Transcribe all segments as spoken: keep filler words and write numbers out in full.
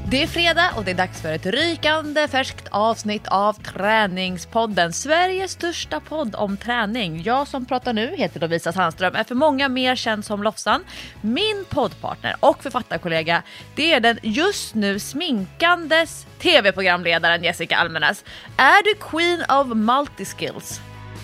Det är fredag och det är dags för ett rykande färskt avsnitt av Träningspodden, Sveriges största podd om träning. Jag som pratar nu heter Lovisa Sandström, är för många mer känd som Lofsan. Min poddpartner och författarkollega, det är den just nu sminkandes tv-programledaren Jessica Almenäs. Är du queen of multiskills?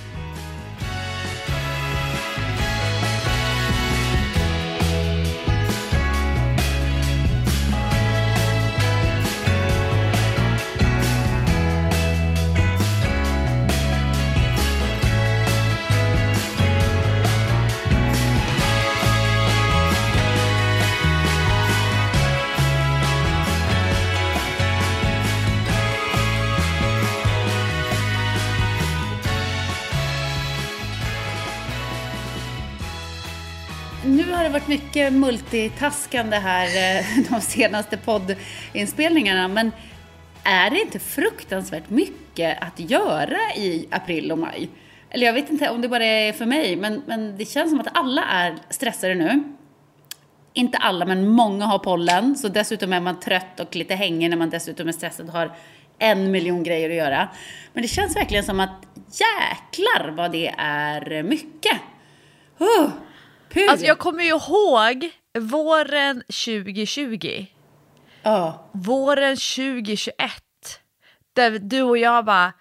Nu har det varit mycket multitaskande här de senaste poddinspelningarna, men är det inte fruktansvärt mycket att göra i april och maj? Eller jag vet inte om det bara är för mig, men, men det känns som att alla är stressade nu. Inte alla, men många har pollen, så dessutom är man trött och lite hängig när man dessutom är stressad och har en miljon grejer att göra. Men det känns verkligen som att jäklar vad det är mycket. Uh. Alltså jag kommer ju ihåg våren tjugo tjugo. Oh. Våren tjugo tjugoett. Där du och jag bara,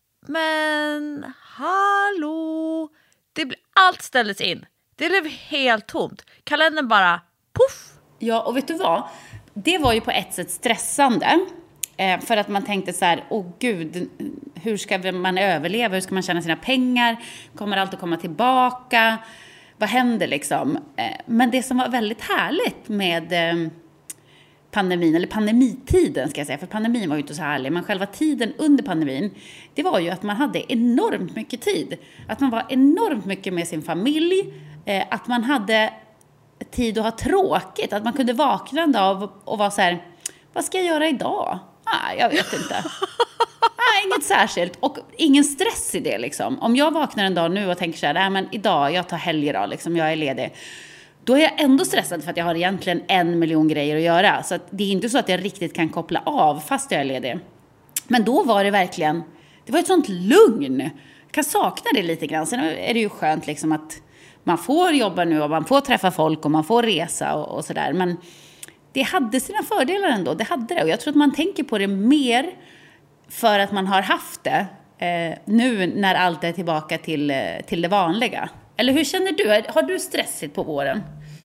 men hallå. Det blev, allt ställdes in. Det blev helt tomt. Kalendern bara, puff. Ja, och vet du vad? Det var ju på ett sätt stressande. Eh, för att man tänkte så här, åh gud, hur ska man överleva? Hur ska man tjäna sina pengar? Kommer allt att komma tillbaka? Vad händer liksom? Men det som var väldigt härligt med pandemin, eller pandemitiden ska jag säga, för pandemin var ju inte så härlig, men själva tiden under pandemin, det var ju att man hade enormt mycket tid. Att man var enormt mycket med sin familj, att man hade tid att ha tråkigt, att man kunde vakna en dag och vara så här, vad ska jag göra idag? Nej, jag vet inte. Nej, inget särskilt. Och ingen stress i det liksom. Om jag vaknar en dag nu och tänker så här, nej men idag, jag tar helg idag liksom, jag är ledig. Då är jag ändå stressad för att jag har egentligen en miljon grejer att göra. Så att det är inte så att jag riktigt kan koppla av fast jag är ledig. Men då var det verkligen, det var ett sånt lugn. Jag kan sakna det lite grann. Sen är det ju skönt liksom att man får jobba nu och man får träffa folk och man får resa och, och sådär. Men det hade sina fördelar ändå, det hade det. Och jag tror att man tänker på det mer för att man har haft det eh, nu när allt är tillbaka till, till det vanliga. Eller hur känner du? Har du stressigt på våren?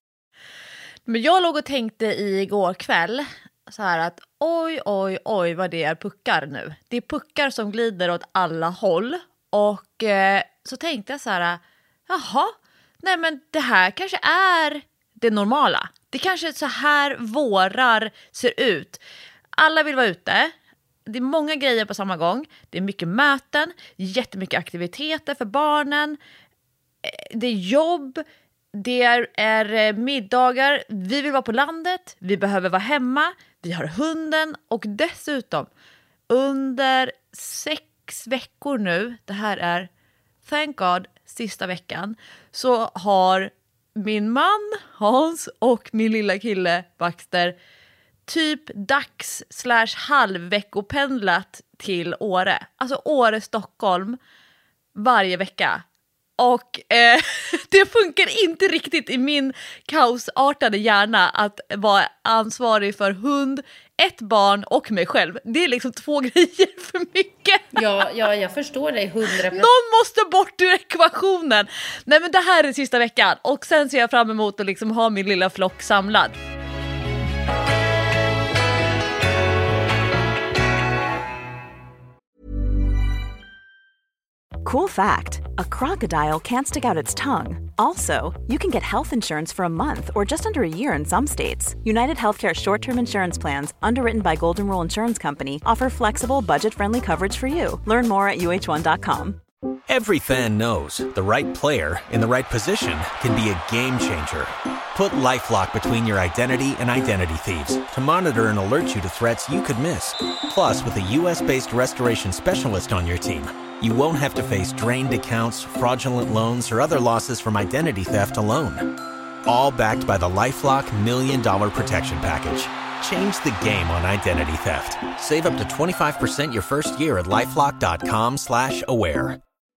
Men jag låg och tänkte igår kväll så här att oj, oj, oj vad det är puckar nu. Det är puckar som glider åt alla håll. Och eh, så tänkte jag så här, jaha, nej men det här kanske är det normala. Det kanske är så här vårar ser ut. Alla vill vara ute. Det är många grejer på samma gång. Det är mycket möten, jättemycket aktiviteter för barnen. Det är jobb, det är, är middagar. Vi vill vara på landet, vi behöver vara hemma. Vi har hunden och dessutom under sex veckor nu, det här är thank God sista veckan, så har min man Hans och min lilla kille Baxter typ dags slash halvveckopendlat till Åre. Alltså Åre, Stockholm varje vecka. Och eh, det funkar inte riktigt i min kaosartade hjärna att vara ansvarig för hund, ett barn och mig själv. Det är liksom två grejer för mycket. Ja, ja jag förstår dig hundra procent. Någon måste bort ur ekvationen. Nej men det här är sista veckan. Och sen ser jag fram emot att liksom ha min lilla flock samlad. Cool fact, a crocodile can't stick out its tongue. Also, you can get health insurance for a month or just under a year in some states. United Healthcare short-term insurance plans, underwritten by Golden Rule Insurance Company, offer flexible, budget-friendly coverage for you. Learn more at U H one dot com. Every fan knows the right player in the right position can be a game changer. Put LifeLock between your identity and identity thieves to monitor and alert you to threats you could miss. Plus, with a U S-based restoration specialist on your team, you won't have to face drained accounts, fraudulent loans, or other losses from identity theft alone. All backed by the LifeLock Million Dollar Protection Package. Change the game on identity theft. Save up to twenty-five percent your first year at LifeLock.com slash aware.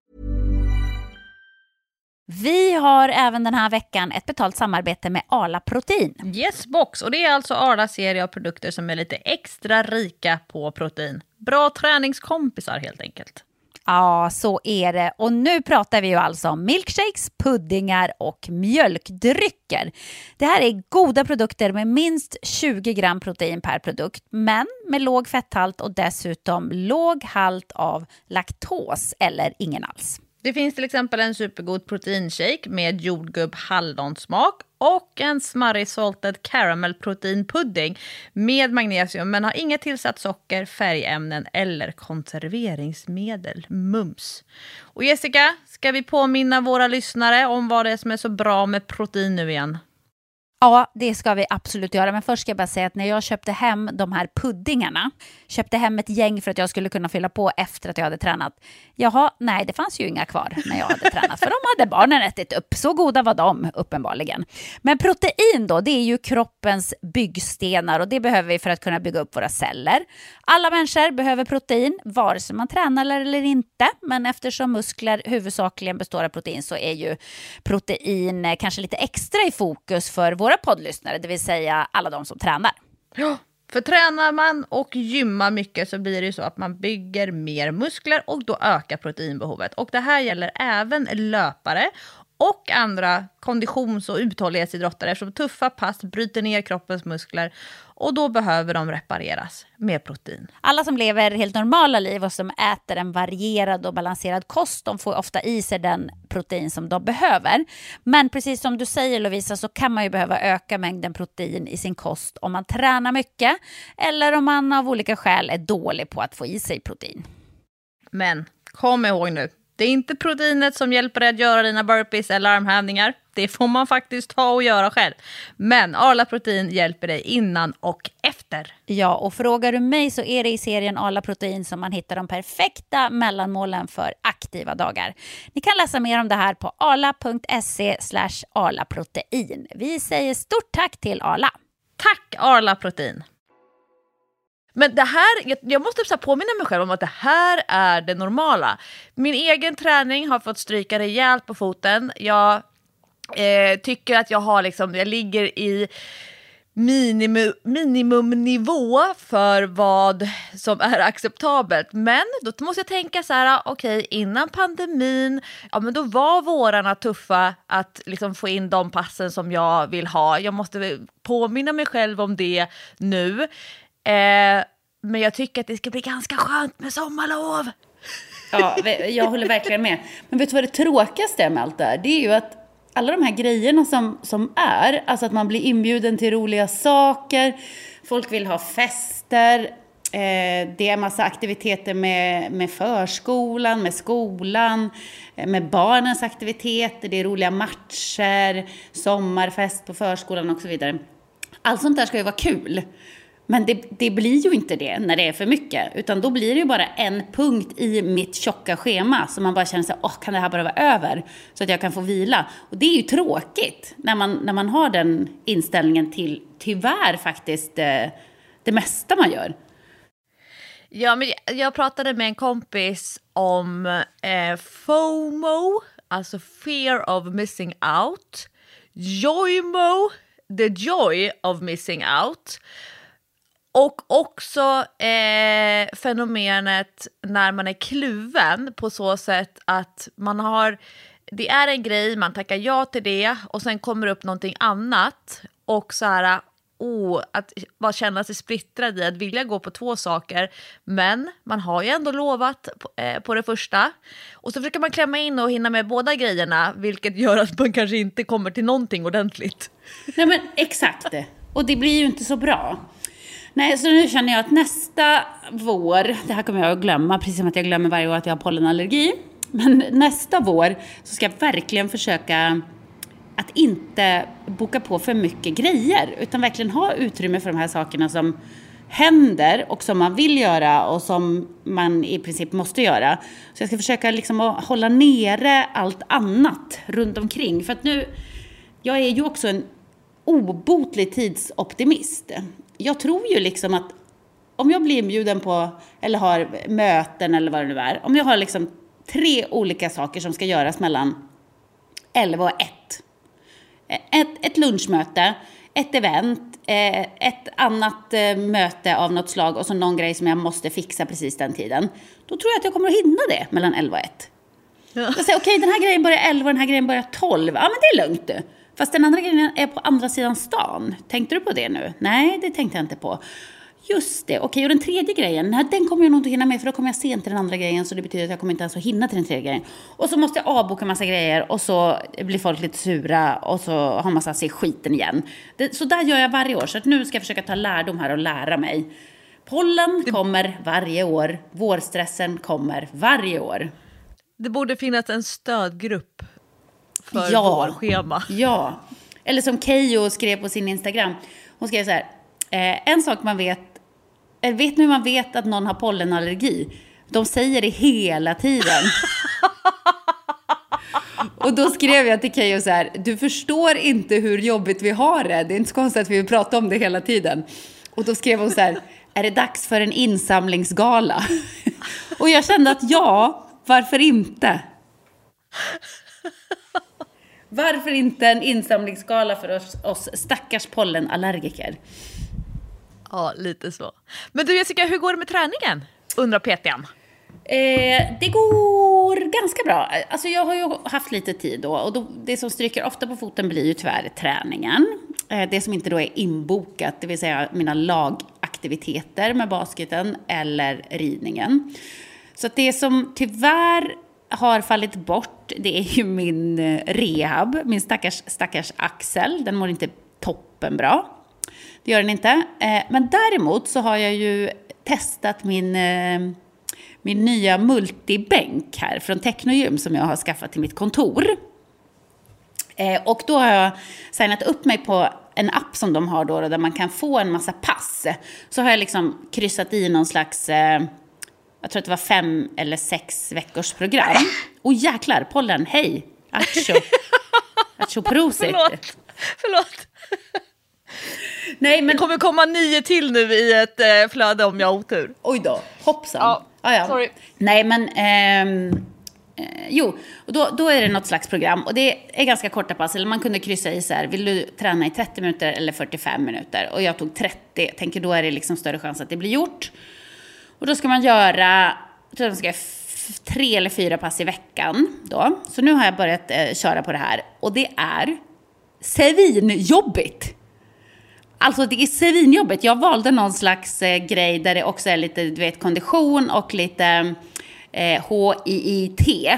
Vi har även den här veckan ett betalt samarbete med Arla Protein. Yes box, och det är alltså Arlas serie av produkter som är lite extra rika på protein. Bra träningskompisar helt enkelt. Ja, så är det. Och nu pratar vi ju alltså om milkshakes, puddingar och mjölkdrycker. Det här är goda produkter med minst tjugo gram protein per produkt, men med låg fetthalt och dessutom låg halt av laktos eller ingen alls. Det finns till exempel en supergod proteinshake med jordgubb hallonsmak och en smarrig salted caramel proteinpudding med magnesium men har inga tillsatt socker, färgämnen eller konserveringsmedel. Mums. Och Jessica, ska vi påminna våra lyssnare om vad det är som är så bra med protein nu igen? Ja, det ska vi absolut göra. Men först ska jag bara säga att när jag köpte hem de här puddingarna, köpte hem ett gäng för att jag skulle kunna fylla på efter att jag hade tränat. Jaha, nej, det fanns ju inga kvar när jag hade tränat. För de hade barnen ätit upp. Så goda var de, uppenbarligen. Men protein då, det är ju kroppens byggstenar och det behöver vi för att kunna bygga upp våra celler. Alla människor behöver protein, vare sig man tränar eller inte. Men eftersom muskler huvudsakligen består av protein så är ju protein kanske lite extra i fokus för våra poddlyssnare, det vill säga alla de som tränar. Ja, för tränar man och gymmar mycket så blir det ju så att man bygger mer muskler och då ökar proteinbehovet. Och det här gäller även löpare och andra konditions- och uthållighetsidrottare eftersom tuffa pass bryter ner kroppens muskler och då behöver de repareras med protein. Alla som lever helt normala liv och som äter en varierad och balanserad kost, de får ofta i sig den protein som de behöver. Men precis som du säger, Lovisa, så kan man ju behöva öka mängden protein i sin kost om man tränar mycket eller om man av olika skäl är dålig på att få i sig protein. Men kom ihåg nu, det är inte proteinet som hjälper dig att göra dina burpees eller armhävningar. Det får man faktiskt ta och göra själv. Men Arla Protein hjälper dig innan och efter. Ja, och frågar du mig så är det i serien Arla Protein som man hittar de perfekta mellanmålen för aktiva dagar. Ni kan läsa mer om det här på arla.se slash arlaprotein. Vi säger stort tack till Arla. Tack Arla Protein. Men det här, jag måste så påminna mig själv om att det här är det normala. Min egen träning har fått stryka rejält på foten. Jag eh, tycker att jag har liksom, jag ligger i minimum, minimumnivå för vad som är acceptabelt. Men då måste jag tänka så här, okej, okay, innan pandemin, ja men då var vårarna tuffa att liksom få in de passen som jag vill ha. Jag måste påminna mig själv om det nu. Eh, men jag tycker att det ska bli ganska skönt med sommarlov. Ja, jag håller verkligen med. Men vet du vad det tråkigaste är med allt det här? Det är ju att alla de här grejerna som, som är, alltså att man blir inbjuden till roliga saker, folk vill ha fester, eh, det är massa aktiviteter med, med förskolan, med skolan, med barnens aktiviteter, det är roliga matcher, sommarfest på förskolan och så vidare. Allt sånt där ska ju vara kul. Men det, det blir ju inte det när det är för mycket. Utan då blir det ju bara en punkt i mitt tjocka schema. Så man bara känner sig, åh, kan det här bara vara över? Så att jag kan få vila. Och det är ju tråkigt när man, när man har den inställningen till tyvärr faktiskt det, det mesta man gör. Ja, men jag pratade med en kompis om eh, FOMO. Alltså fear of missing out. JOYMO, the joy of missing out. Och också eh, fenomenet när man är kluven på så sätt att man har, det är en grej, man tackar ja till det och sen kommer upp någonting annat och så här, oh, att bara känna sig splittrad i att vilja gå på två saker, men man har ju ändå lovat på, eh, på det första och så försöker man klämma in och hinna med båda grejerna, vilket gör att man kanske inte kommer till någonting ordentligt. Nej men exakt det, och det blir ju inte så bra. Nej, så nu känner jag att nästa vår, det här kommer jag att glömma, precis som att jag glömmer varje år att jag har pollenallergi. Men nästa vår så ska jag verkligen försöka att inte boka på för mycket grejer. Utan verkligen ha utrymme för de här sakerna som händer och som man vill göra och som man i princip måste göra. Så jag ska försöka liksom att hålla nere allt annat runt omkring. För att nu, jag är ju också en obotlig tidsoptimist. jag tror ju liksom att om jag blir inbjuden på, eller har möten eller vad det nu är, om jag har liksom tre olika saker som ska göras mellan elva och ett. Ett, ett lunchmöte, ett event, ett annat möte av något slag och så någon grej som jag måste fixa precis den tiden. Då tror jag att jag kommer att hinna det mellan elva och ett. Ja. Jag säger, okej, okay, den här grejen börjar elva och den här grejen börjar tolv. Ja, men det är lugnt du. Fast den andra grejen är på andra sidan stan. Tänkte du på det nu? Nej, det tänkte jag inte på. Just det, okej. Okay, och den tredje grejen, nej, den kommer jag nog inte hinna med för då kommer jag sent till den andra grejen. Så det betyder att jag kommer inte ens att hinna till den tredje grejen. Och så måste jag avboka en massa grejer och så blir folk lite sura och så har man satt sig i skiten igen. Det, så där gör jag varje år. Så att nu ska jag försöka ta lärdom här och lära mig. Pollen det... kommer varje år. Vårstressen kommer varje år. Det borde finnas en stödgrupp för ja, vår schema. Ja, eller som Keyyo skrev på sin Instagram. Hon skrev så här, eh, en sak man vet, eh, vet ni hur man vet att någon har pollenallergi? De säger det hela tiden. Och då skrev jag till Keyyo så här, du förstår inte hur jobbigt vi har det. Det är inte så konstigt att vi vill prata om det hela tiden. Och då skrev hon så här, är det dags för en insamlingsgala? Och jag kände att ja, varför inte? Varför inte en insamlingsgala för oss, oss stackars pollenallergiker? Ja, lite så. Men du Jessica, hur går det med träningen? Undrar P T:n. Eh, det går ganska bra. Alltså jag har ju haft lite tid då. Och då, det som stryker ofta på foten blir ju tyvärr träningen. Eh, det som inte då är inbokat, det vill säga mina lagaktiviteter med basketen eller ridningen. Så att det som tyvärr har fallit bort, det är ju min rehab, min stackars, stackars axel. Den mår inte toppen bra. Det gör den inte. Men däremot så har jag ju testat min, min nya multibänk här från Technogym som jag har skaffat till mitt kontor. Och då har jag signat upp mig på en app som de har då där man kan få en massa pass. Så har jag liksom kryssat i någon slags... Jag tror att det var fem eller sex veckors program. Och jäklar, pollen, hej. Acho. Acho prosit. Förlåt. Förlåt. Nej, men... Det kommer komma nio till nu i ett eh, flöde om jag har otur. Oj då, hoppsan. Ja, ah, ja. Sorry. Nej, men... Ehm, eh, jo, och då, då är det något slags program. Och det är ganska korta pass. Eller man kunde kryssa i så här, vill du träna i trettio minuter eller fyrtiofem minuter? Och jag tog trettio. Jag tänker då är det liksom större chans att det blir gjort. Och då ska man göra, jag tror att man ska f- tre eller fyra pass i veckan då. Så nu har jag börjat eh, köra på det här. Och det är svinjobbigt. Alltså det är svinjobbigt. Jag valde någon slags eh, grej där det också är lite, du vet, kondition och lite eh, H I I T.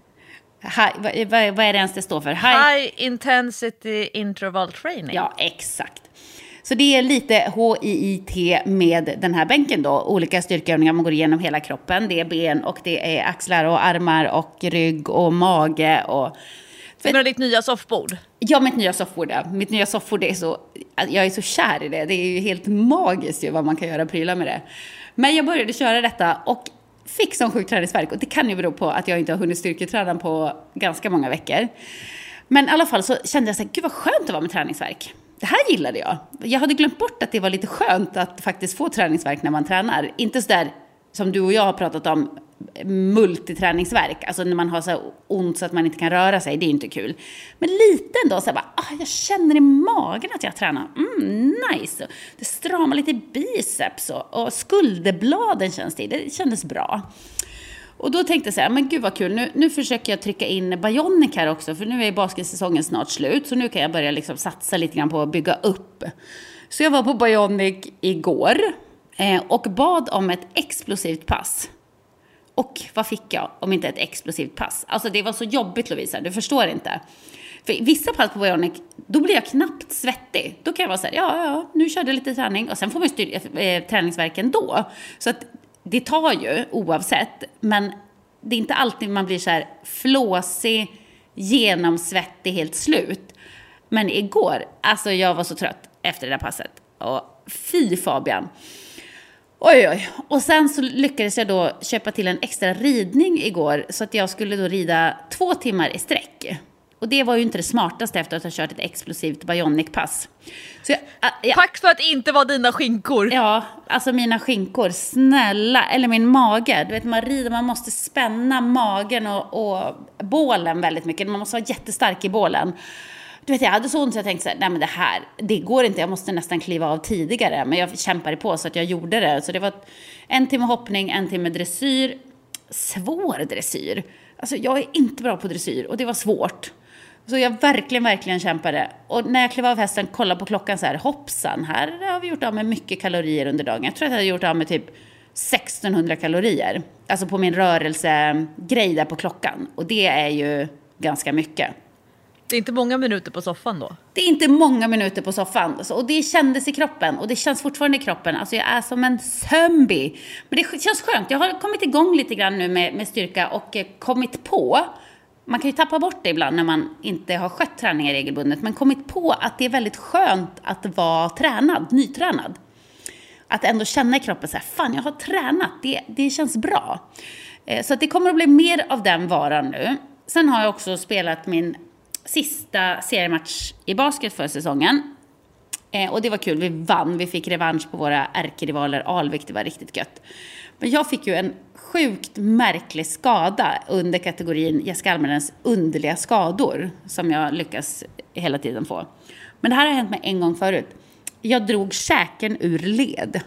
Hi, vad, vad, vad är det ens det står för? High, High Intensity Interval Training. Ja, exakt. Så det är lite H I I T med den här bänken då. Olika styrkeövningar, man går igenom hela kroppen. Det är ben och det är axlar och armar och rygg och mage. Och... För... Med ditt nya soffbord? Ja, mitt nya soffbord. Ja. Mitt nya soffbord är så... Jag är så kär i det. Det är ju helt magiskt ju vad man kan göra prylar med det. Men jag började köra detta och fick sån sjuk träningsvärk. Och det kan ju bero på att jag inte har hunnit styrketräna på ganska många veckor. Men i alla fall så kände jag så här, gud vad skönt det var med träningsvärk. Det här gillade jag. Jag hade glömt bort att det var lite skönt att faktiskt få träningsvärk när man tränar. Inte så där som du och jag har pratat om, multiträningsvärk. Alltså när man har så ont så att man inte kan röra sig. Det är inte kul. Men lite ändå så här bara, ah, jag känner i magen att jag tränar. Mm, nice. Det stramar lite biceps och, och skulderbladen känns det. Det kändes bra. Och då tänkte jag så här, men gud vad kul, nu, nu försöker jag trycka in Bionic här också, för nu är basketsäsongen snart slut, så nu kan jag börja liksom satsa lite grann på att bygga upp. Så jag var på Bionic igår eh, och bad om ett explosivt pass. Och vad fick jag om inte ett explosivt pass? Alltså det var så jobbigt, Lovisa, du förstår inte. För vissa pass på Bionic, då blir jag knappt svettig. Då kan jag vara så här, ja, ja, nu körde jag lite träning och sen får man styr- eh, träningsverken då. Så att det tar ju oavsett, men det är inte alltid man blir så här flåsig, genomsvettig, helt slut. Men igår, alltså jag var så trött efter det där passet. Och fy Fabian. Oj, oj. Och sen så lyckades jag då köpa till en extra ridning igår, så att jag skulle då rida två timmar i sträck. Och det var ju inte det smartaste efter att ha kört ett explosivt Bionic-pass. Så jag, jag, Tack för att inte vara dina skinkor. Ja, alltså mina skinkor, snälla. Eller min mage. Du vet, man rider, man måste spänna magen och, och bålen väldigt mycket. Man måste vara jättestark i bålen. Du vet, jag hade så ont så jag tänkte så här, nej men det här, det går inte. Jag måste nästan kliva av tidigare. Men jag kämpade på så att jag gjorde det. Så det var en timme hoppning, en timme dressyr. Svår dressyr. Alltså jag är inte bra på dressyr och det var svårt. Så jag verkligen, verkligen kämpade. Och när jag klev av hästen, kollade på klockan så här, hoppsan, här har vi gjort av med mycket kalorier under dagen. Jag tror att jag hade gjort av med typ sextonhundra kalorier. Alltså på min rörelsegrej där på klockan. Och det är ju ganska mycket. Det är inte många minuter på soffan då? Det är inte många minuter på soffan. Och det kändes i kroppen. Och det känns fortfarande i kroppen. Alltså jag är som en zombie. Men det känns skönt. Jag har kommit igång lite grann nu med, med styrka. Och kommit på. Man kan ju tappa bort det ibland när man inte har skött träningar regelbundet. Men kommit på att det är väldigt skönt att vara tränad. Nytränad. Att ändå känna i kroppen så här. Fan, jag har tränat. Det, det känns bra. Så att det kommer att bli mer av den varan nu. Sen har jag också spelat min sista seriematch i basket för säsongen. Eh, och det var kul, vi vann. Vi fick revansch på våra ärkerivaler Alvik, det var riktigt gött. Men jag fick ju en sjukt märklig skada under kategorin Jessica Almenens underliga skador. Som jag lyckas hela tiden få. Men det här har hänt mig en gång förut. Jag drog käken ur led.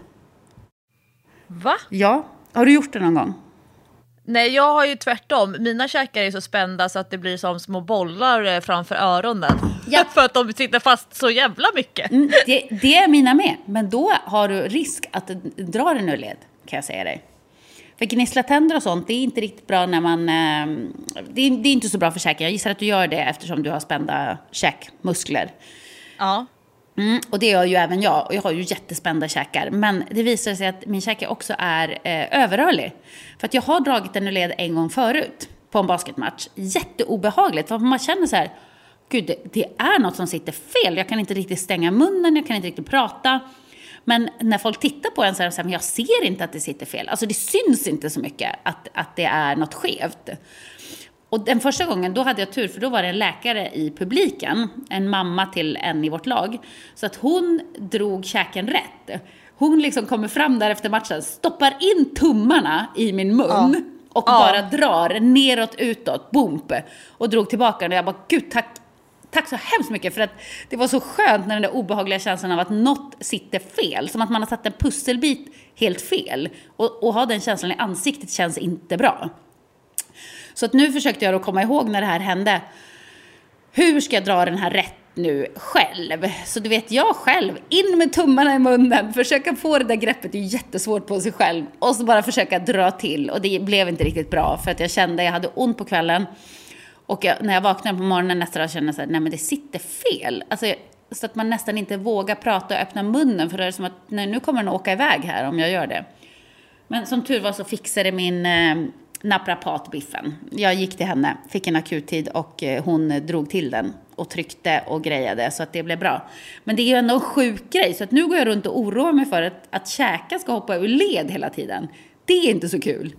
Va? Ja, har du gjort det någon gång? Nej, jag har ju tvärtom. Mina käkar är så spända så att det blir som små bollar framför öronen. Ja. För att de sitter fast så jävla mycket. Mm, det, det är mina med. Men då har du risk att dra den ur led, kan jag säga dig. För gnissla tänder och sånt, det är inte riktigt bra när man... Eh, det, är, det är inte så bra för käken. Jag gissar att du gör det eftersom du har spända käkmuskler. Ja. Mm, och det gör ju även jag. Och jag har ju jättespända käkar. Men det visar sig att min käke också är eh, överrörlig. För att jag har dragit den ur led en gång förut. På en basketmatch. Jätteobehagligt. För man känner så här. Gud, det, det är något som sitter fel. Jag kan inte riktigt stänga munnen. Jag kan inte riktigt prata. Men när folk tittar på en så här, så här, men jag ser inte att det sitter fel. Alltså det syns inte så mycket att, att det är något skevt. Och den första gången, då hade jag tur, för då var det en läkare i publiken. En mamma till en i vårt lag. Så att hon drog käken rätt. Hon liksom kommer fram där efter matchen, stoppar in tummarna i min mun. Ja. Och ja. bara drar neråt, utåt, boom. Och drog tillbaka. Och jag bara, gud tack. Tack så hemskt mycket, för att det var så skönt när den där obehagliga känslan av att något sitter fel. Som att man har satt en pusselbit helt fel. Och, och ha den känslan i ansiktet känns inte bra. Så att nu försökte jag då komma ihåg när det här hände. Hur ska jag dra den här rätt nu själv? Så du vet, jag själv, in med tummarna i munnen. Försöka få det där greppet, det är jättesvårt på sig själv. Och så bara försöka dra till. Och det blev inte riktigt bra, för att jag kände, jag hade ont på kvällen. Och jag, när jag vaknade på morgonen nästa dag kände jag så här, nej men det sitter fel. Alltså, så att man nästan inte vågar prata och öppna munnen. För det är som att, nej, nu kommer den åka iväg här om jag gör det. Men som tur var så fixade min eh, naprapatbiffen. Jag gick till henne, fick en akuttid och eh, hon drog till den. Och tryckte och grejade så att det blev bra. Men det är ju ändå en sjuk grej. Så att nu går jag runt och oroar mig för att, att käka ska hoppa ur led hela tiden. Det är inte så kul.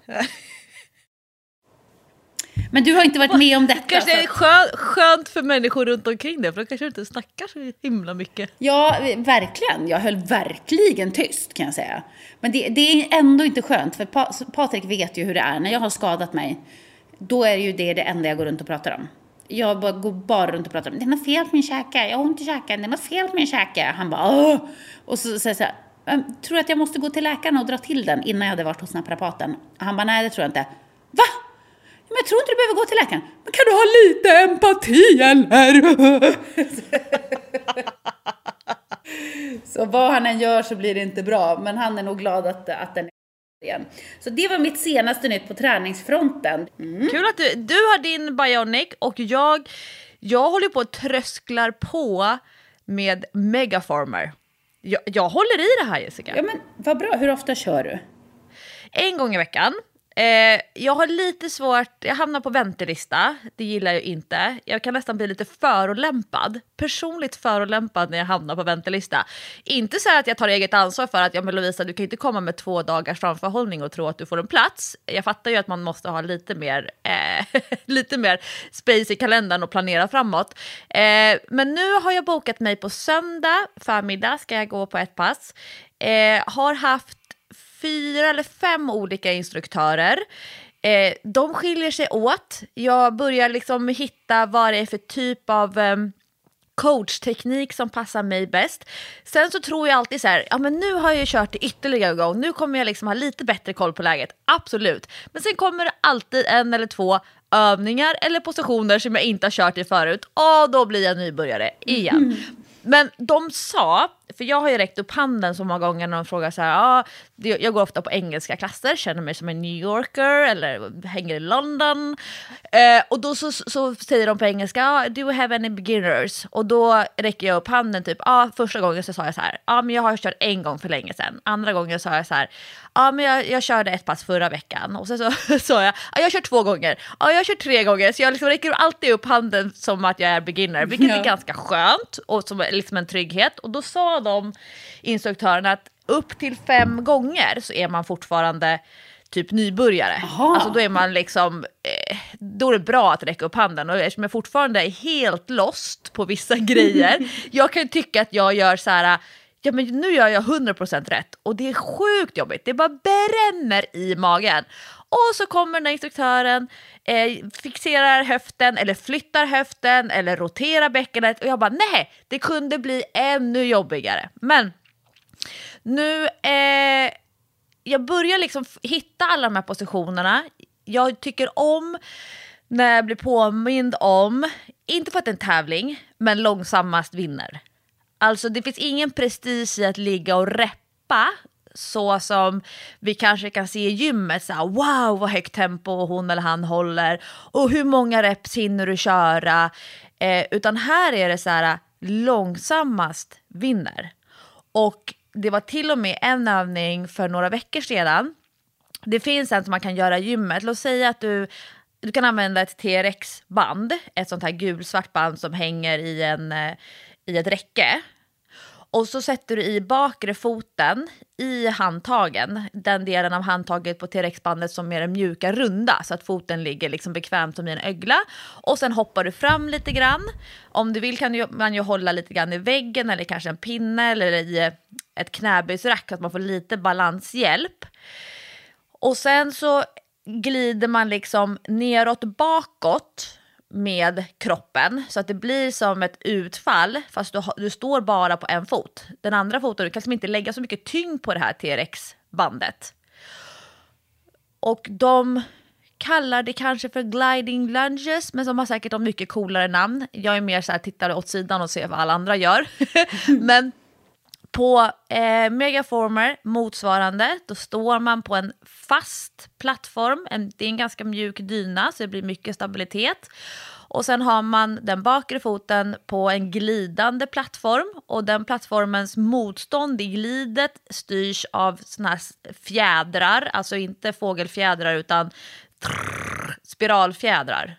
Men du har inte varit med om detta. Kanske är det skönt, skönt för människor runt omkring det. För då kanske du inte snackar så himla mycket. Ja, verkligen. Jag höll verkligen tyst, kan jag säga. Men det, det är ändå inte skönt. För pa- Patrik vet ju hur det är. När jag har skadat mig, då är ju det det enda jag går runt och pratar om. Jag bara, går bara runt och pratar om, det är något fel på min käke. Jag har ont i käken, det är något fel på min käke. Han bara, åh. Och så säger så, så här, tror du att jag måste gå till läkaren och dra till den innan jag hade varit hos naprapaten? Han bara, nej det tror jag inte. Va? Men jag tror inte du behöver gå till läkaren. Men kan du ha lite empati eller? Så vad han än gör så blir det inte bra. Men han är nog glad att, att den är igen. Så det var mitt senaste nytt på träningsfronten. Mm. Kul att du, du har din Bionic och jag, jag håller på att trösklar på med Megaformer. Jag, jag håller i det här, Jessica. Ja men vad bra, hur ofta kör du? En gång i veckan. Eh, jag har lite svårt, jag hamnar på väntelista, det gillar jag inte. Jag kan nästan bli lite förolämpad, personligt förolämpad när jag hamnar på väntelista. Inte så här att jag tar eget ansvar för att, ja men Lovisa, du kan inte komma med två dagars framförhållning och tro att du får en plats. Jag fattar ju att man måste ha lite mer, eh, lite mer space i kalendern och planera framåt. Eh, men nu har jag bokat mig på söndag förmiddag, ska jag gå på ett pass. Eh, har haft fyra eller fem olika instruktörer. Eh, de skiljer sig åt. Jag börjar liksom hitta vad det är för typ av eh, coachteknik som passar mig bäst. Sen så tror jag alltid så här, ja men nu har jag kört det ytterligare en gång. Nu kommer jag liksom ha lite bättre koll på läget. Absolut. Men sen kommer det alltid en eller två övningar eller positioner som jag inte har kört i förut. Och då blir jag nybörjare igen. Mm. Men de sa, för jag har ju räckt upp handen så många gånger när de frågar så här, ah, jag går ofta på engelska klasser, känner mig som en New Yorker eller hänger i London. Eh, och då så, så säger de på engelska, ah, do you have any beginners? Och då räcker jag upp handen typ, ah, första gången så sa jag så här, ja ah, men jag har kört en gång för länge sedan. Andra gången sa jag så här, ja ah, men jag, jag körde ett pass förra veckan. Och sen så sa jag, ah, jag har kört två gånger, ja ah, jag har kört tre gånger. Så jag liksom räcker alltid upp handen som att jag är beginner, vilket ja. är ganska skönt och som liksom en trygghet. Och då sa de instruktörerna att upp till fem gånger så är man fortfarande typ nybörjare. Aha. Alltså då är man liksom eh, då är det bra att räcka upp handen, och eftersom jag fortfarande är helt lost på vissa grejer, jag kan tycka att jag gör så här, ja men nu gör jag hundra procent rätt och det är sjukt jobbigt, det bara bränner i magen. Och så kommer den här instruktören, eh, fixerar höften eller flyttar höften eller roterar bäckenet, och jag bara nej, det kunde bli ännu jobbigare. Men nu eh, jag börjar liksom hitta alla de här positionerna. Jag tycker om när jag blir påmind om, inte för att det är en tävling, men långsammast vinner. Alltså det finns ingen prestige i att ligga och reppa så som vi kanske kan se i gymmet, så här, wow vad högt tempo hon eller han håller och hur många reps hinner du köra, eh, utan här är det så här, långsammast vinner. Och det var till och med en övning för några veckor sedan. Det finns en som man kan göra i gymmet. Låt säga att du, du kan använda ett T R X-band, ett sånt här gulsvart band som hänger i, en, i ett räcke. Och så sätter du i bakre foten i handtagen, den delen av handtaget på T R X-bandet som är den mjuka runda, så att foten ligger liksom bekvämt som i en ögla. Och sen hoppar du fram lite grann. Om du vill kan man ju hålla lite grann i väggen eller kanske en pinne eller i ett knäböjsrack så att man får lite balanshjälp. Och sen så glider man liksom neråt bakåt med kroppen så att det blir som ett utfall, fast du, du står bara på en fot. Den andra foten, du kan liksom inte lägga så mycket tyngd på det här T R X-bandet. Och de kallar det kanske för gliding lunges, men som har säkert de mycket coolare namn. Jag är mer så här, tittar åt sidan och ser vad alla andra gör. Men på eh, Megaformer motsvarande, då står man på en fast plattform. En, det är en ganska mjuk dyna så det blir mycket stabilitet. Och sen har man den bakre foten på en glidande plattform. Och den plattformens motstånd i glidet styrs av såna här fjädrar. Alltså inte fågelfjädrar utan trrr, spiralfjädrar.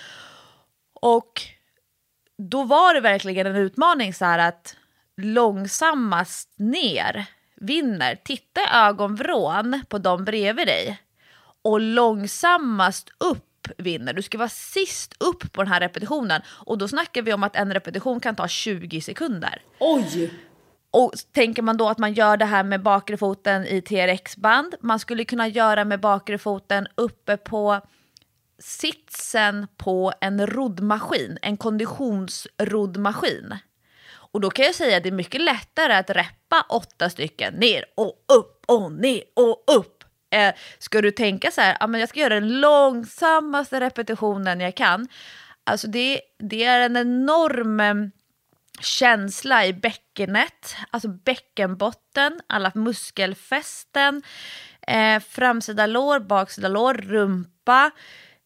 Och då var det verkligen en utmaning så här att långsammast ner vinner. Titta ögonvrån på dem bredvid dig. Och långsammast upp vinner. Du ska vara sist upp på den här repetitionen. Och då snackar vi om att en repetition kan ta tjugo sekunder. Oj! Och tänker man då att man gör det här med bakre foten i T R X-band. Man skulle kunna göra med bakre foten uppe på sitsen på en roddmaskin. En konditionsroddmaskin. Och då kan jag säga att det är mycket lättare att reppa åtta stycken ner och upp och ner och upp. Eh, ska du tänka så här, ja, men jag ska göra den långsammaste repetitionen jag kan. Alltså det, det är en enorm eh, känsla i bäckenet. Alltså bäckenbotten, alla muskelfästen, eh, framsida lår, baksida lår, rumpa.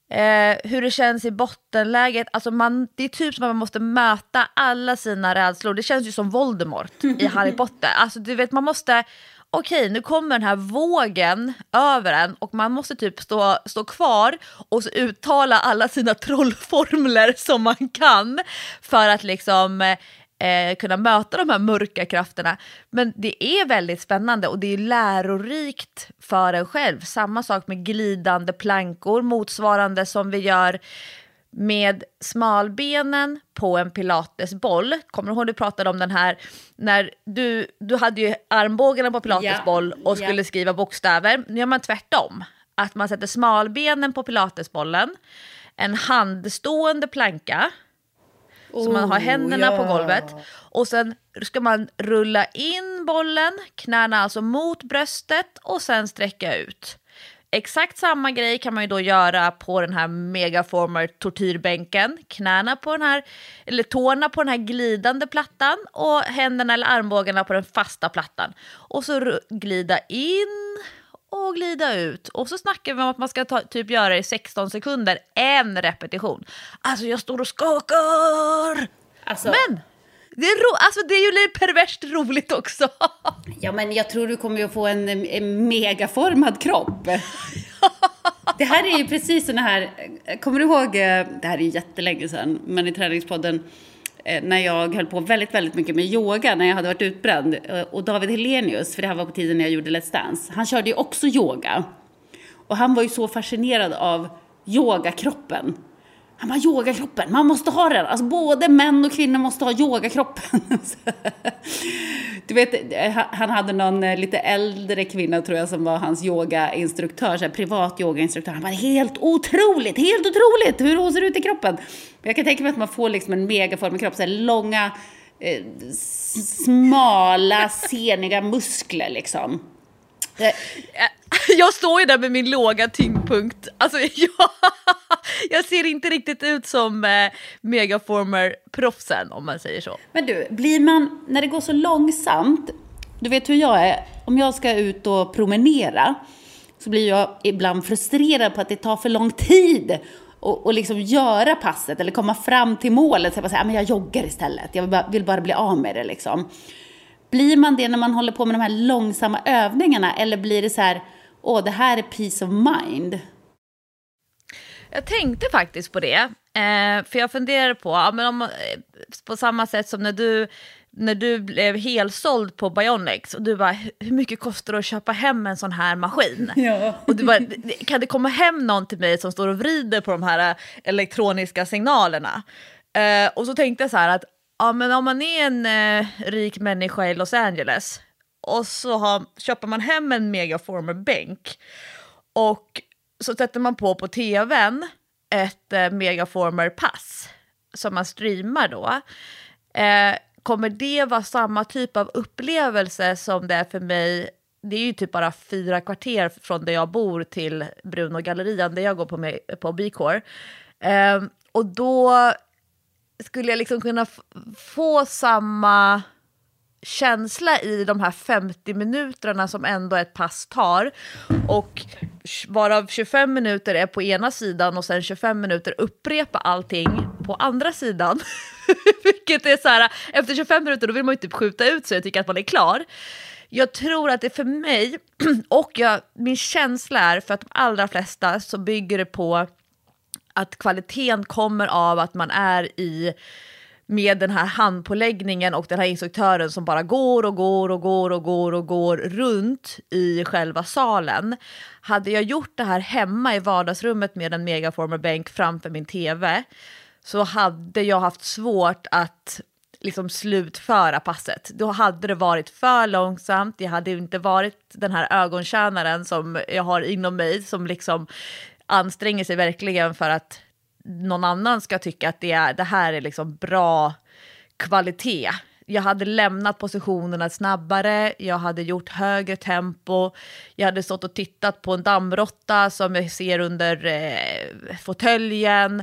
Eh, hur det känns i bottenläget. Alltså man, det är typ som att man måste möta alla sina rädslor. Det känns ju som Voldemort i Harry Potter. Alltså du vet, man måste... Okej, nu kommer den här vågen över en och man måste typ stå, stå kvar och så uttala alla sina trollformler som man kan för att liksom eh, kunna möta de här mörka krafterna. Men det är väldigt spännande och det är lärorikt för en själv. Samma sak med glidande plankor, motsvarande som vi gör med smalbenen på en pilatesboll. Kommer du ihåg du pratade om den här när du, du hade ju armbågarna på pilatesboll och skulle ja. skriva bokstäver. Nu gör man tvärtom. Att man sätter smalbenen på pilatesbollen, en handstående planka oh, så man har händerna ja. på golvet och sen ska man rulla in bollen, knäna alltså mot bröstet och sen sträcka ut. Exakt samma grej kan man ju då göra på den här Megaformer tortyrbänken. Knäna på den här, eller tårna på den här glidande plattan och händerna eller armbågarna på den fasta plattan. Och så glida in och glida ut. Och så snackar vi om att man ska ta, typ göra det i sexton sekunder. En repetition. Alltså jag står och skakar. Alltså... Men... Det är, ro- alltså det är ju lite perverst roligt också. Ja, men jag tror du kommer att få en, en megaformad kropp. Det här är ju precis såna här... Kommer du ihåg... Det här är ju jättelänge sedan, men i träningspodden när jag höll på väldigt, väldigt mycket med yoga när jag hade varit utbränd. Och David Helenius, för det här var på tiden när jag gjorde Let's Dance, han körde ju också yoga. Och han var ju så fascinerad av yogakroppen. Han bara, yogakroppen, man måste ha den. Alltså både män och kvinnor måste ha yogakroppen. Du vet, han hade någon lite äldre kvinna tror jag som var hans yogainstruktör, så här, privat yogainstruktör. Han bara, helt otroligt, helt otroligt hur hon ser ut i kroppen. Jag kan tänka mig att man får liksom en megaformig kropp, så här, långa, eh, smala, seniga muskler liksom. Det... Jag står ju där med min låga tyngdpunkt. Alltså jag, jag ser inte riktigt ut som eh, Megaformer-proffsen om man säger så. Men du, blir man, när det går så långsamt, du vet hur jag är, om jag ska ut och promenera så blir jag ibland frustrerad på att det tar för lång tid och, och liksom göra passet eller komma fram till målet. Så jag bara säger, men jag joggar istället, jag vill bara, vill bara bli av med det liksom. Blir man det när man håller på med de här långsamma övningarna? Eller blir det så här, åh, det här är peace of mind? Jag tänkte faktiskt på det. Eh, för jag funderar på, ja, men om, på samma sätt som när du, när du blev helsåld på Bionics. Och du bara, hur mycket kostar det att köpa hem en sån här maskin? Ja. Och du bara, kan det komma hem någon till mig som står och vrider på de här elektroniska signalerna? Eh, och så tänkte jag så här att, ja, men om man är en eh, rik människa i Los Angeles och så har, köper man hem en Megaformer-bänk och så sätter man på på tvn ett eh, Megaformer-pass som man streamar då. Eh, kommer det vara samma typ av upplevelse som det är för mig? Det är ju typ bara fyra kvarter från där jag bor till Bruno Gallerian där jag går på, med, på B-core. Eh, och då... skulle jag liksom kunna f- få samma känsla i de här femtio minuterna som ändå ett pass tar och varav tjugofem minuter är på ena sidan och sen tjugofem minuter upprepa allting på andra sidan. Vilket är så här, efter tjugofem minuter då vill man ju typ skjuta ut så jag tycker att man är klar. Jag tror att det för mig och jag, min känsla är för att de allra flesta så bygger det på att kvaliteten kommer av att man är i med den här handpåläggningen och den här instruktören som bara går och går och går och går och går runt i själva salen. Hade jag gjort det här hemma i vardagsrummet med en Megaformer-bänk framför min tv så hade jag haft svårt att liksom slutföra passet. Då hade det varit för långsamt. Det hade inte varit den här ögontjänaren som jag har inom mig som liksom anstränger sig verkligen för att någon annan ska tycka att det, är, det här är liksom bra kvalitet. Jag hade lämnat positionerna snabbare, jag hade gjort högre tempo, jag hade stått och tittat på en dammråtta som jag ser under eh, fåtöljen.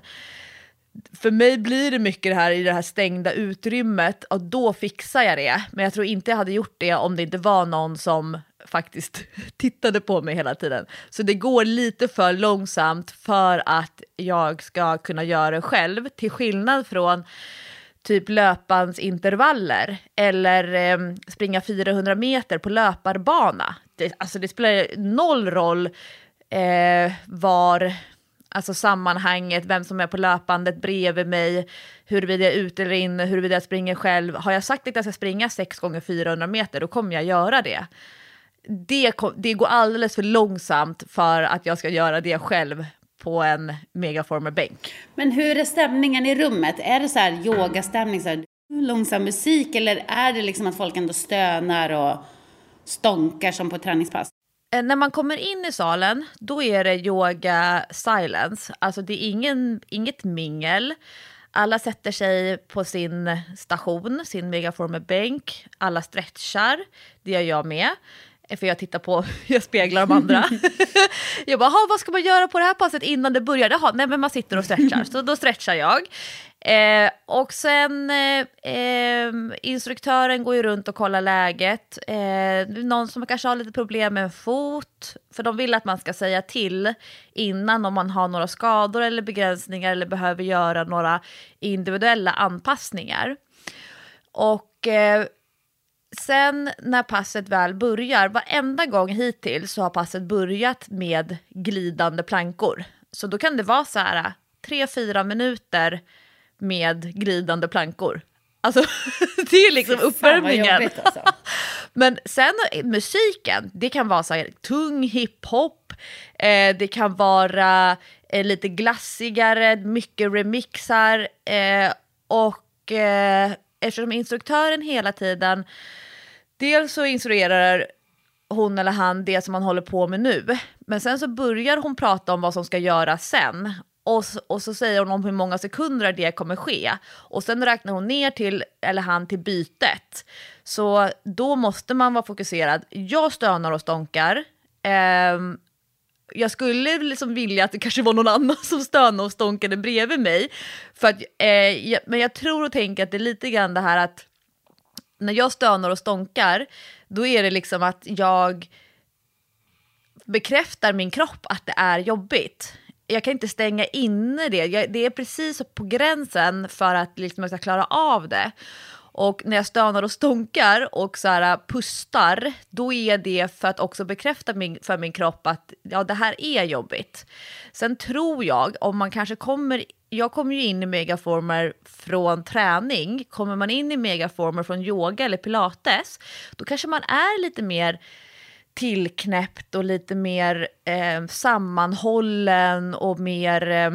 För mig blir det mycket det här i det här stängda utrymmet och då fixar jag det. Men jag tror inte jag hade gjort det om det inte var någon som faktiskt tittade på mig hela tiden. Så det går lite för långsamt för att jag ska kunna göra det själv, till skillnad från typ löpansintervaller eller eh, springa fyrahundra meter på löparbana. Det, alltså det spelar noll roll eh, var, alltså sammanhanget, vem som är på löpandet bredvid mig, huruvida jag är ute eller inne, huruvida jag springer själv. Har jag sagt att jag ska springa sex gånger fyrahundra meter, då kommer jag göra det. Det, det går alldeles för långsamt för att jag ska göra det själv på en Megaformer-bänk. Men hur är stämningen i rummet? Är det så här yogastämning, så här långsam musik, eller är det liksom att folk ändå stönar och stånkar som på ett träningspass? Eh, när man kommer in i salen, då är det yoga silence. Alltså det är ingen, inget mingel. Alla sätter sig på sin station, sin Megaformer-bänk. Alla stretchar, det gör jag med. För jag tittar på, jag speglar de andra. Jag bara, vad ska man göra på det här passet innan det börjar? Jaha, nej men man sitter och stretchar. Så då stretchar jag. Eh, och sen eh, instruktören går ju runt och kollar läget. Eh, någon som kanske har lite problem med en fot. För de vill att man ska säga till innan om man har några skador eller begränsningar eller behöver göra några individuella anpassningar. Och eh, sen när passet väl börjar, varenda gång hittills så har passet börjat med glidande plankor. Så då kan det vara så här tre, fyra minuter med glidande plankor. Alltså det är liksom uppvärmningen. Alltså. Men sen musiken, det kan vara så här tung hiphop, eh, det kan vara eh, lite glassigare, mycket remixar eh, och eh, eftersom instruktören hela tiden, dels så instruerar hon eller han det som man håller på med nu. Men sen så börjar hon prata om vad som ska göras sen. Och, och så säger hon om hur många sekunder det kommer ske. Och sen räknar hon ner till, eller han till bytet. Så då måste man vara fokuserad. Jag stönar och stånkar. Ehm, jag skulle liksom vilja att det kanske var någon annan som stönade och stånkade bredvid mig. För att, eh, jag, men jag tror och tänker att det är lite grann det här att när jag stönar och stånkar, då är det liksom att jag bekräftar min kropp att det är jobbigt. Jag kan inte stänga inne det. Jag, det är precis på gränsen för att liksom jag ska klara av det. Och när jag stönar och stånkar och så här pustar, då är det för att också bekräfta min, för min kropp att ja, det här är jobbigt. Sen tror jag, om man kanske kommer, jag kommer ju in i Megaformer från träning, kommer man in i Megaformer från yoga eller pilates, då kanske man är lite mer tillknäppt och lite mer eh, sammanhållen och mer eh,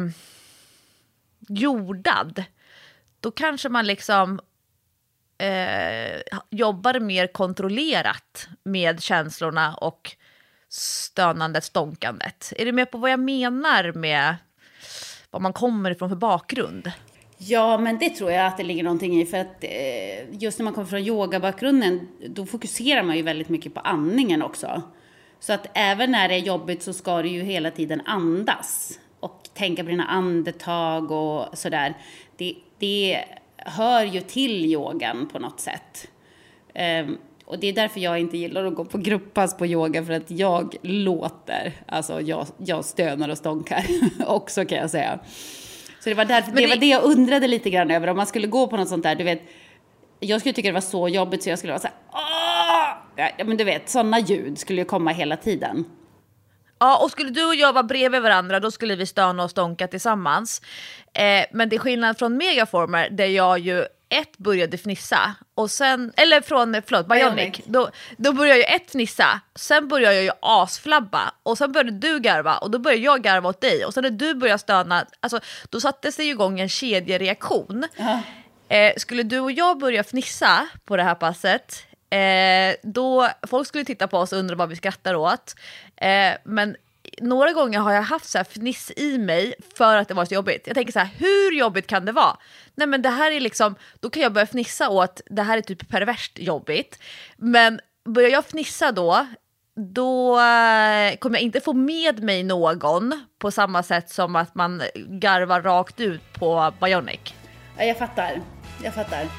jordad. Då kanske man liksom eh, jobbar mer kontrollerat med känslorna och stönandet, stånkandet. Är du med på vad jag menar med vad man kommer ifrån för bakgrund? Ja, men det tror jag att det ligger någonting i, för att eh, just när man kommer från yogabakgrunden, då fokuserar man ju väldigt mycket på andningen också. Så att även när det är jobbigt så ska du ju hela tiden andas och tänka på dina andetag och sådär. Det, det hör ju till yogan på något sätt. Um, och det är därför jag inte gillar att gå på grupppass på yoga, för att jag låter, alltså jag, jag stönar och stånkar också, kan jag säga. Så det var, därför, det, det var det jag undrade lite grann över, om man skulle gå på något sånt där, du vet, jag skulle tycka det var så jobbigt så jag skulle vara så här, åh! Ja, men du vet, sådana ljud skulle ju komma hela tiden. Ja, och skulle du och jag vara bredvid varandra, då skulle vi stöna och stånka tillsammans. Eh, men det är skillnad från Megaformer, där jag ju ett började fnissa. Och sen, eller från, förlåt, Bionic. Då, då började jag ett fnissa, sen började jag ju asflabba. Och sen började du garva, och då började jag garva åt dig. Och sen när du började stöna, alltså, då satte sig igång en kedjereaktion. Uh-huh. Eh, skulle du och jag börja fnissa på det här passet, Eh, då folk skulle titta på oss och undra vad vi skrattar åt. Eh, men några gånger har jag haft så här fniss i mig för att det var så jobbigt. Jag tänker så här, hur jobbigt kan det vara? Nej, men det här är liksom, då kan jag börja fnissa åt, det här är typ perverst jobbigt. Men börjar jag fnissa då, då kommer jag inte få med mig någon på samma sätt som att man garvar rakt ut på Bionic. Ja, jag fattar. Jag fattar.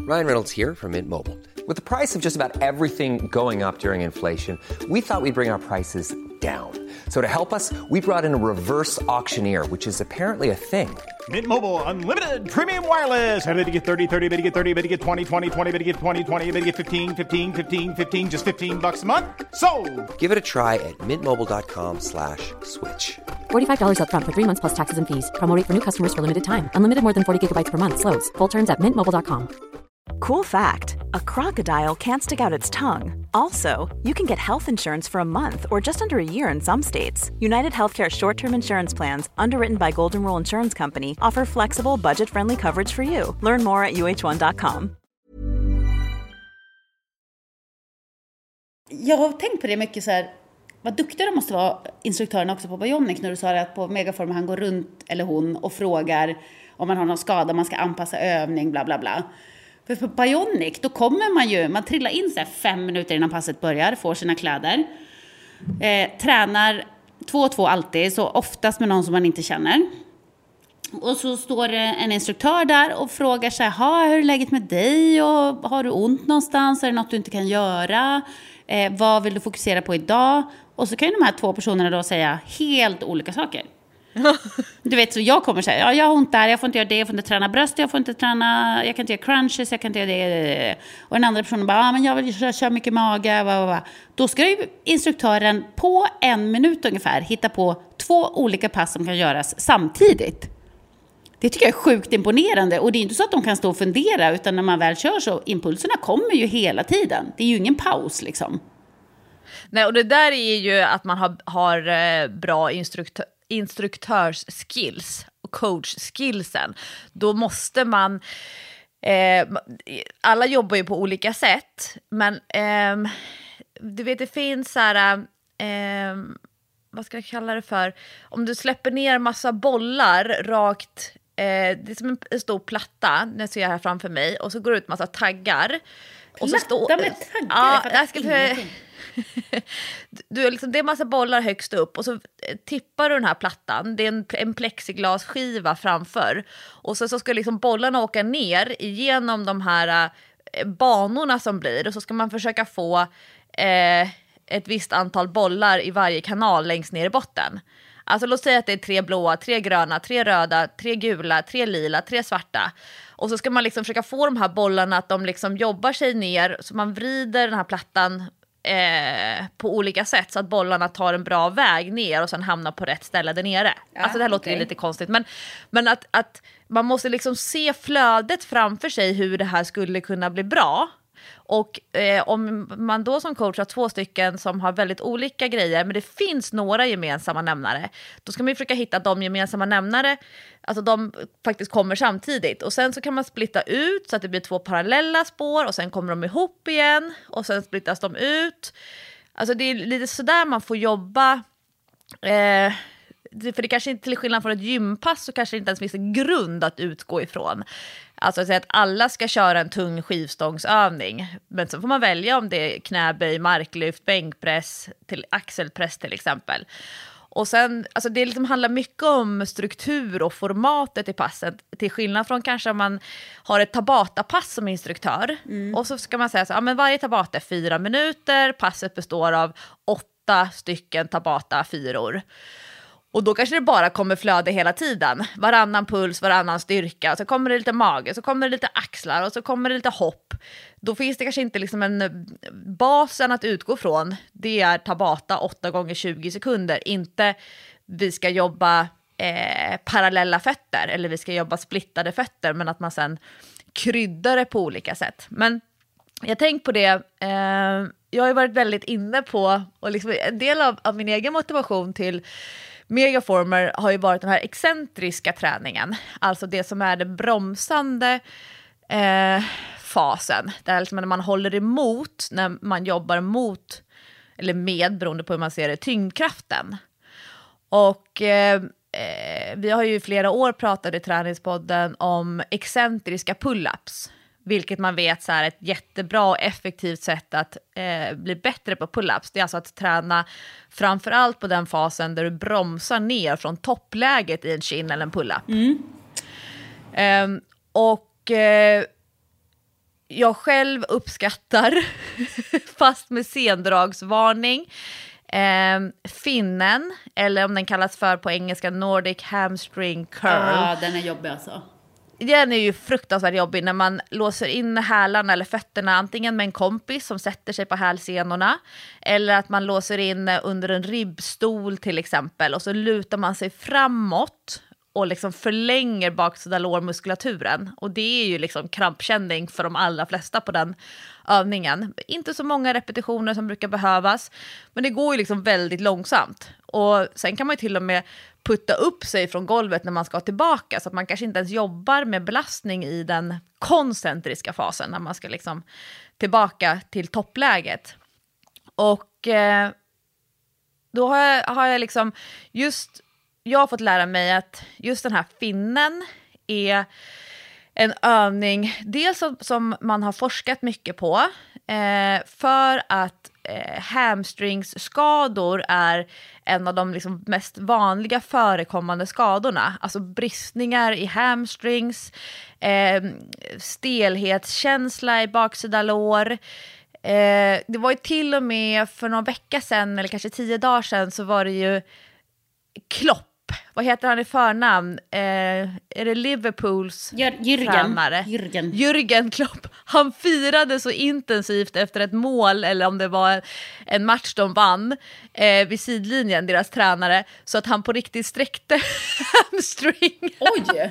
Ryan Reynolds here from Mint Mobile. With the price of just about everything going up during inflation, we thought we'd bring our prices down. So to help us, we brought in a reverse auctioneer, which is apparently a thing. Mint Mobile Unlimited Premium Wireless. How to get thirty, thirty, how to get thirty, how to get twenty, twenty, twenty, how to get twenty, twenty, how to get fifteen, fifteen, fifteen, fifteen, just fifteen bucks a month? Sold! Give it a try at mintmobile.com slash switch. forty-five dollars up front for three months plus taxes and fees. Promo rate for new customers for limited time. Unlimited more than forty gigabytes per month. Slows full terms at mint mobile dot com. Cool fact, a crocodile can't stick out its tongue. Also, you can get health insurance for a month or just under a year in some states. United Healthcare short-term insurance plans, underwritten by Golden Rule Insurance Company, offer flexible, budget-friendly coverage for you. Learn more at u h one dot com. Jag har tänkt på det mycket så här, vad duktiga de måste vara, instruktörerna också på Bionic, när du sa det att på Megaform han går runt, eller hon, och frågar om man har någon skada, man ska anpassa övning, bla bla bla. För på Bionic, då kommer man ju, man trillar in så här fem minuter innan passet börjar, får sina kläder, eh, tränar två och två alltid, så oftast med någon som man inte känner. Och så står en instruktör där och frågar så här, hur är läget med dig, och har du ont någonstans, är det något du inte kan göra, eh, vad vill du fokusera på idag? Och så kan ju de här två personerna då säga helt olika saker. Du vet, så jag kommer säga, ja, jag har ont där, jag får inte göra det, jag får inte träna bröst, jag får inte träna, jag kan inte göra crunches, jag kan inte göra det. Och den andra personen bara, ja, men jag vill köra mycket mage, va, va, va. Då ska ju instruktören på en minut ungefär hitta på två olika pass som kan göras samtidigt. Det tycker jag är sjukt imponerande, och det är inte så att de kan stå och fundera, utan när man väl kör så, impulserna kommer ju hela tiden. Det är ju ingen paus liksom. Nej, och det där är ju att man har, har eh, bra instruktör instruktörsskills och coachskillsen. Då måste man eh, alla jobbar ju på olika sätt, men eh, du vet, det finns så här eh, vad ska jag kalla det för, om du släpper ner massa bollar rakt, eh, det är som en stor platta, när ser jag här framför mig, och så går det ut massa taggar. Platta och så stå, med taggar? Ja, jag ska för, du, liksom, det är massa bollar högst upp, och så tippar du den här plattan, det är en, en plexiglasskiva framför, och så, så ska liksom bollarna åka ner igenom de här eh, banorna som blir, och så ska man försöka få eh, ett visst antal bollar i varje kanal längst ner i botten. Alltså låt säga att det är tre blåa, tre gröna, tre röda, tre gula, tre lila, tre svarta. Och så ska man liksom försöka få de här bollarna att de liksom jobbar sig ner, så man vrider den här plattan eh, på olika sätt så att bollarna tar en bra väg ner och sen hamnar på rätt ställe där nere. Ja, alltså det här låter okay. lite konstigt, men, men att, att man måste liksom se flödet framför sig, hur det här skulle kunna bli bra. Och eh, om man då som coach har två stycken som har väldigt olika grejer, men det finns några gemensamma nämnare, då ska man ju försöka hitta de gemensamma nämnare, alltså de faktiskt kommer samtidigt. Och sen så kan man splitta ut så att det blir två parallella spår, och sen kommer de ihop igen, och sen splittas de ut. Alltså det är lite sådär man får jobba. Eh, för det kanske inte, till skillnad från ett gympass, så kanske det inte ens finns en grund att utgå ifrån. Alltså att säga att alla ska köra en tung skivstångsövning, men så får man välja om det är knäböj, marklyft, bänkpress, till axelpress till exempel. Och sen, alltså det liksom handlar mycket om struktur och formatet i passet, till skillnad från kanske om man har ett Tabata-pass som instruktör. Mm. Och så ska man säga så, ja, men varje Tabata är fyra minuter, passet består av åtta stycken Tabata-fyror. Och då kanske det bara kommer flöde hela tiden. Varannan puls, varannan styrka. Och så kommer det lite mage, så kommer det lite axlar, och så kommer det lite hopp. Då finns det kanske inte liksom en basen att utgå från. Det är Tabata åtta gånger tjugo sekunder. Inte vi ska jobba eh, parallella fötter, eller vi ska jobba splittade fötter, men att man sen kryddar det på olika sätt. Men jag tänkt på det, eh, jag har ju varit väldigt inne på, och liksom en del av, av min egen motivation till Megaformer har ju varit den här excentriska träningen. Alltså det som är den bromsande eh, fasen. Där liksom när man håller emot, när man jobbar mot, eller med, beroende på hur man ser det, tyngdkraften. Och eh, vi har ju i flera år pratat i träningspodden om excentriska pull-ups. Vilket man vet så är ett jättebra och effektivt sätt att eh, bli bättre på pull-ups. Det är alltså att träna framförallt på den fasen där du bromsar ner från toppläget i en chin eller en pull-up. Mm. Um, och uh, jag själv uppskattar, fast med sendragsvarning, eh, finnen, eller om den kallas för på engelska Nordic hamstring curl. Ja, ah, den är jobbig alltså. Den är ju fruktansvärt jobbig när man låser in hälarna eller fötterna antingen med en kompis som sätter sig på hälsenorna, eller att man låser in under en ribbstol till exempel, och så lutar man sig framåt och liksom förlänger baksida lårmuskulaturen. Och det är ju liksom krampkänning för de allra flesta på den övningen. Inte så många repetitioner som brukar behövas, men det går ju liksom väldigt långsamt. Och sen kan man ju till och med putta upp sig från golvet när man ska tillbaka, så att man kanske inte ens jobbar med belastning i den koncentriska fasen när man ska liksom tillbaka till toppläget. Och eh, då har jag, har jag liksom just jag har fått lära mig att just den här finnen är en övning dels som, som man har forskat mycket på, eh, för att eh, hamstringsskador är en av de liksom mest vanliga förekommande skadorna. Alltså bristningar i hamstrings, eh, stelhetskänsla i baksida lår. Eh, det var ju till och med för någon vecka sedan, eller kanske tio dagar sedan, så var det ju Klopp. Vad heter han i förnamn? Eh, är det Liverpools Jür- Jürgen. tränare? Jürgen. Jürgen Klopp. Han firade så intensivt efter ett mål, eller om det var en match de vann eh, vid sidlinjen, deras tränare, så att han på riktigt sträckte hamstring. Oj!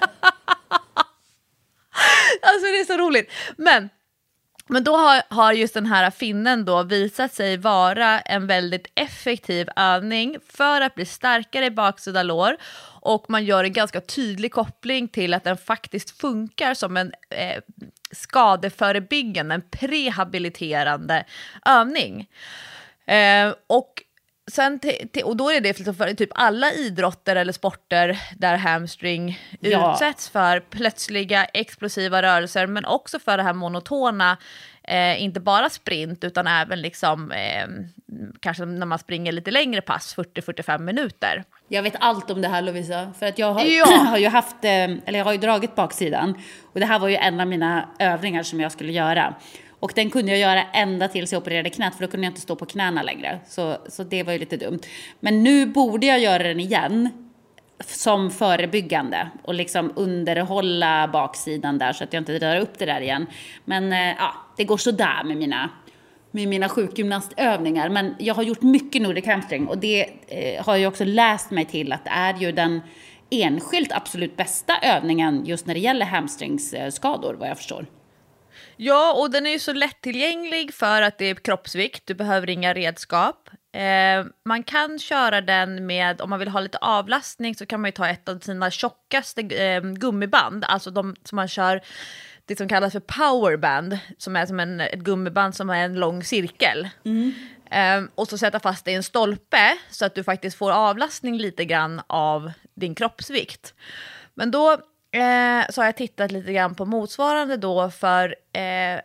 Alltså det är så roligt. Men Men då har, har just den här finnen då visat sig vara en väldigt effektiv övning för att bli starkare i baksida lår, och man gör en ganska tydlig koppling till att den faktiskt funkar som en eh, skadeförebyggande, en prehabiliterande övning. Eh, och Sen t- t- och då är det för typ alla idrotter eller sporter där hamstring ja. utsätts för plötsliga explosiva rörelser, men också för det här monotona, eh, inte bara sprint utan även liksom eh, kanske när man springer lite längre pass, fyrtio till fyrtiofem minuter. Jag vet allt om det här, Lovisa, för att jag har, Ja. har ju haft, eller jag har ju dragit baksidan, och det här var ju en av mina övningar som jag skulle göra. Och den kunde jag göra ända tills jag opererade knät, för då kunde jag inte stå på knäna längre. Så, så det var ju lite dumt. Men nu borde jag göra den igen som förebyggande och liksom underhålla baksidan där så att jag inte drar upp det där igen. Men eh, ja, det går så där med mina, med mina sjukgymnastövningar. Men jag har gjort mycket Nordic hamstring, och det eh, har jag också läst mig till att det är ju den enskilt absolut bästa övningen just när det gäller hamstringsskador, vad jag förstår. Ja, och den är ju så lättillgänglig för att det är kroppsvikt, du behöver inga redskap. Eh, man kan köra den med, om man vill ha lite avlastning så kan man ju ta ett av sina tjockaste eh, gummiband, alltså de som man kör, det som kallas för powerband, som är som en, ett gummiband som är en lång cirkel. Mm. Eh, och så sätta fast det i en stolpe så att du faktiskt får avlastning lite grann av din kroppsvikt. Men då eh, så har jag tittat lite grann på motsvarande då för eh,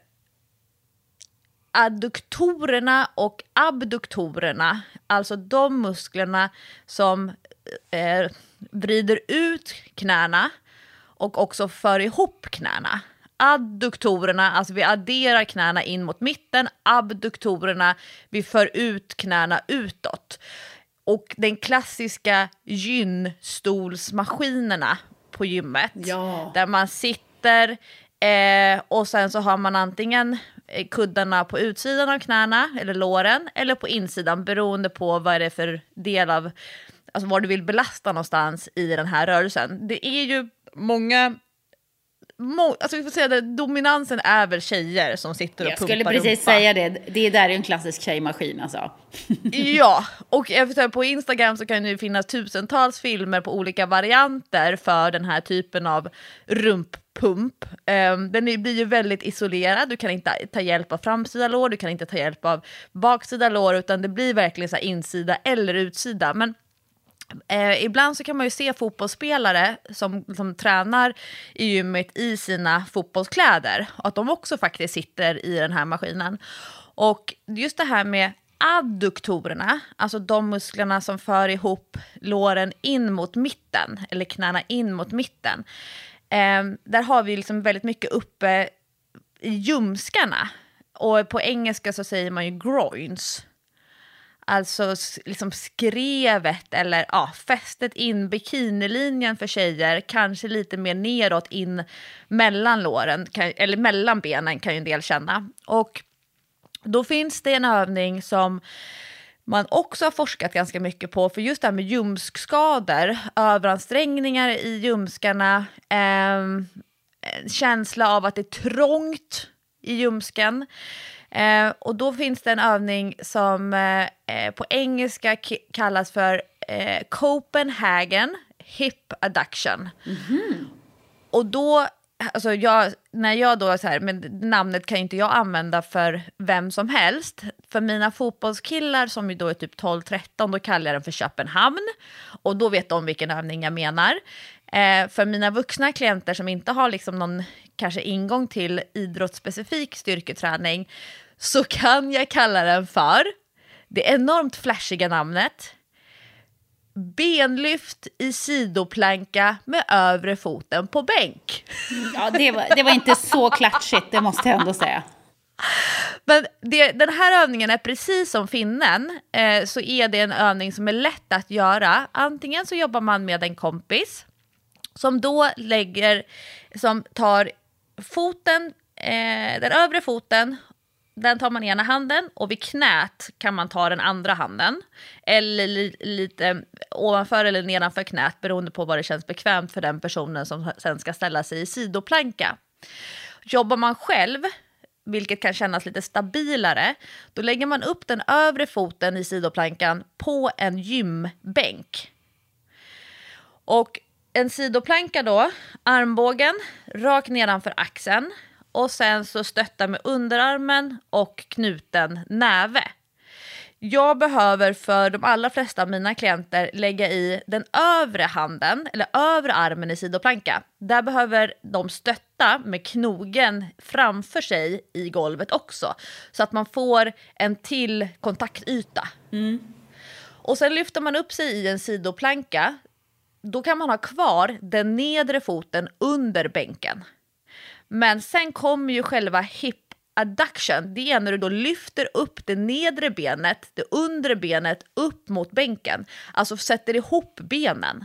adduktorerna och abduktorerna, alltså de musklerna som eh, vrider ut knäna och också för ihop knäna. Adduktorerna, alltså vi adderar knäna in mot mitten, abduktorerna, vi för ut knäna utåt. Och den klassiska gynstolsmaskinerna på gymmet, ja. där man sitter eh, och sen så har man antingen kuddarna på utsidan av knäna eller låren eller på insidan, beroende på vad det är för del av, alltså var du vill belasta någonstans i den här rörelsen. Det är ju många, må, alltså vi får säga det, dominansen är väl tjejer som sitter och jag pumpar skulle precis rumpa. säga det, det där är en klassisk tjejmaskin alltså. Ja, och efter på Instagram så kan det finnas tusentals filmer på olika varianter för den här typen av rumppump. Um, den blir ju väldigt isolerad, du kan inte ta hjälp av framsida lår, du kan inte ta hjälp av baksida lår, utan det blir verkligen så här insida eller utsida. Men Eh, ibland så kan man ju se fotbollsspelare som, som tränar i gymmet i sina fotbollskläder, och att de också faktiskt sitter i den här maskinen. Och just det här med adduktorerna, alltså de musklerna som för ihop låren in mot mitten, eller knäna in mot mitten, eh, där har vi liksom väldigt mycket uppe i ljumskarna. Och på engelska så säger man ju groins. Alltså liksom skrevet eller ja, fästet in bikinilinjen för tjejer. Kanske lite mer neråt in mellan låren. Kan, eller mellan benen kan ju en del känna. Och då finns det en övning som man också har forskat ganska mycket på. För just det här med ljumskskador. Överansträngningar i ljumskarna. Eh, en känsla av att det är trångt i ljumsken. Eh, och då finns det en övning som eh, på engelska k- kallas för eh, Copenhagen Hip Adduction. Mm-hmm. Och då, alltså jag, när jag då så här, men namnet kan inte jag använda för vem som helst. För mina fotbollskillar som ju då är typ tolv tretton, då kallar jag den för Köpenhamn. Och då vet de vilken övning jag menar. Eh, för mina vuxna klienter som inte har liksom någon kanske ingång till idrottsspecifik styrketräning så kan jag kalla den för det enormt flashiga namnet benlyft i sidoplanka med övre foten på bänk. Ja, det var, det var inte så klatschigt, det måste jag ändå säga. Men det, den här övningen är precis som finnen, eh, så är det en övning som är lätt att göra. Antingen så jobbar man med en kompis som då lägger, som tar foten, eh, den övre foten, den tar man ena handen och vid knät kan man ta den andra handen. Eller li, lite ovanför eller nedanför knät beroende på vad det känns bekvämt för den personen som sen ska ställa sig i sidoplanka. Jobbar man själv, vilket kan kännas lite stabilare, då lägger man upp den övre foten i sidoplankan på en gymbänk. Och en sidoplanka då, armbågen rakt nedanför axeln och sen så stötta med underarmen och knuten näve. Jag behöver för de allra flesta av mina klienter lägga i den övre handen eller övre armen i sidoplanka. Där behöver de stötta med knogen framför sig i golvet också. Så att man får en till kontaktyta. Mm. Och sen lyfter man upp sig i en sidoplanka. Då kan man ha kvar den nedre foten under bänken. Men sen kommer ju själva hip adduction. Det är när du då lyfter upp det nedre benet, det undre benet upp mot bänken. Alltså sätter ihop benen.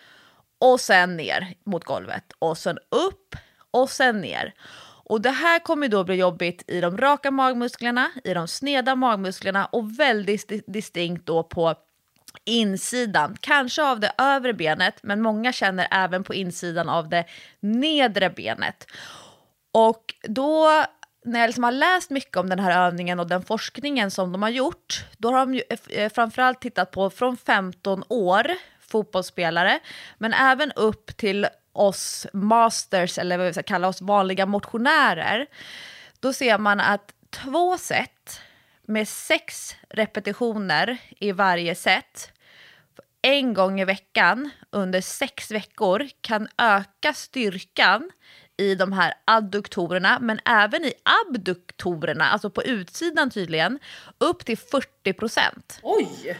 Och sen ner mot golvet. Och sen upp och sen ner. Och det här kommer då bli jobbigt i de raka magmusklerna, i de sneda magmusklerna och väldigt distinkt då på insidan, kanske av det övre benet, men många känner även på insidan av det nedre benet. Och då, när jag liksom har läst mycket om den här övningen och den forskningen som de har gjort, då har de ju framförallt tittat på från femton år fotbollsspelare, men även upp till oss masters, eller vad vi ska kalla oss vanliga motionärer. Då ser man att två set med sex repetitioner i varje set en gång i veckan under sex veckor kan öka styrkan i de här adduktorerna, men även i abduktorerna, alltså på utsidan tydligen, upp till fyrtio procent. Oj!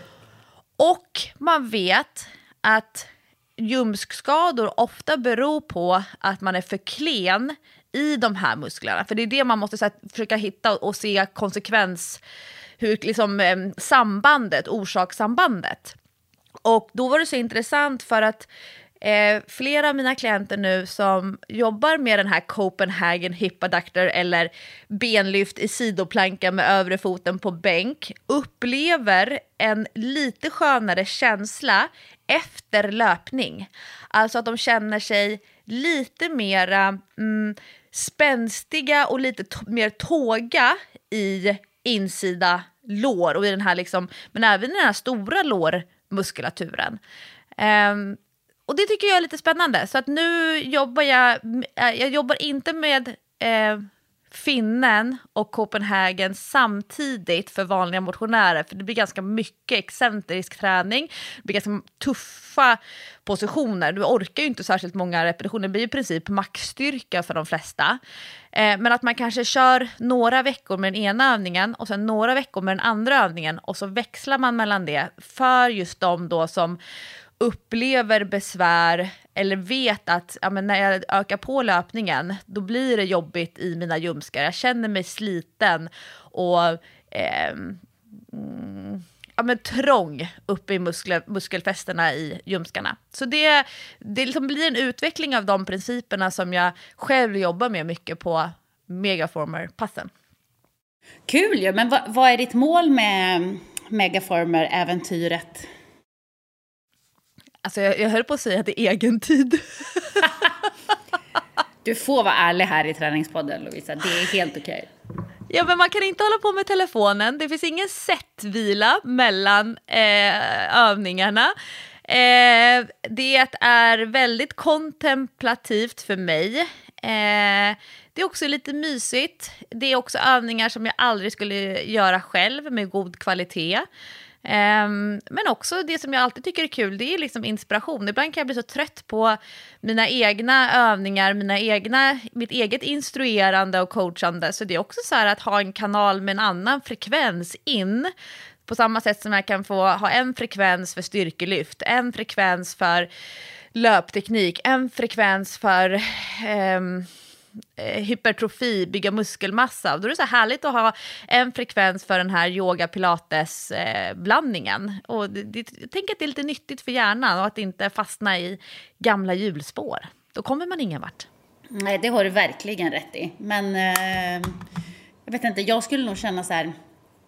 Och man vet att ljumskskador ofta beror på att man är för klen i de här musklerna. För det är det man måste så här, försöka hitta och se konsekvens, hur liksom eh, sambandet, orsakssambandet. Och då var det så intressant för att eh, flera av mina klienter nu som jobbar med den här Copenhagen Hip Adductor eller benlyft i sidoplanka med övre foten på bänk upplever en lite skönare känsla efter löpning. Alltså att de känner sig lite mera mm, spänstiga och lite t- mer tåga i insida lår och i den här liksom, men även i den här stora lårmuskulaturen. Um, och det tycker jag är lite spännande. Så att nu jobbar jag, jag jobbar inte med eh, finnen och Copenhagen samtidigt för vanliga motionärer, för det blir ganska mycket excentrisk träning, det blir ganska tuffa positioner, du orkar ju inte särskilt många repetitioner, det blir i princip maxstyrka för de flesta, eh, men att man kanske kör några veckor med den ena övningen och sen några veckor med den andra övningen och så växlar man mellan det för just de då som upplever besvär eller vet att ja, men när jag ökar på löpningen, då blir det jobbigt i mina ljumskar. Jag känner mig sliten och eh, mm, ja, men trång uppe i muskel, muskelfästena i ljumskarna. Så det, det liksom blir en utveckling av de principerna som jag själv jobbar med mycket på Megaformer-passen. Kul ju, men vad, vad är ditt mål med Megaformer-äventyret? Alltså jag, jag höll på att säga att det är egen tid. Du får vara ärlig här i träningspodden, Lovisa. Det är helt okej. Ja, men man kan inte hålla på med telefonen. Det finns ingen sättvila mellan eh, övningarna. Eh, det är väldigt kontemplativt för mig. Eh, det är också lite mysigt. Det är också övningar som jag aldrig skulle göra själv med god kvalitet. Um, men också det som jag alltid tycker är kul, det är liksom inspiration. Ibland kan jag bli så trött på mina egna övningar, mina egna, mitt eget instruerande och coachande. Så det är också så här att ha en kanal med en annan frekvens in. På samma sätt som jag kan få ha en frekvens för styrkelyft, en frekvens för löpteknik, en frekvens för um, hypertrofi, bygga muskelmassa. Då är det så härligt att ha en frekvens för den här yoga pilates eh, blandningen. Och det, det, jag tänker att det är lite nyttigt för hjärnan och att inte fastna i gamla hjulspår. Då kommer man ingen vart. Nej, det har du verkligen rätt i. Men eh, jag vet inte, jag skulle nog känna så här,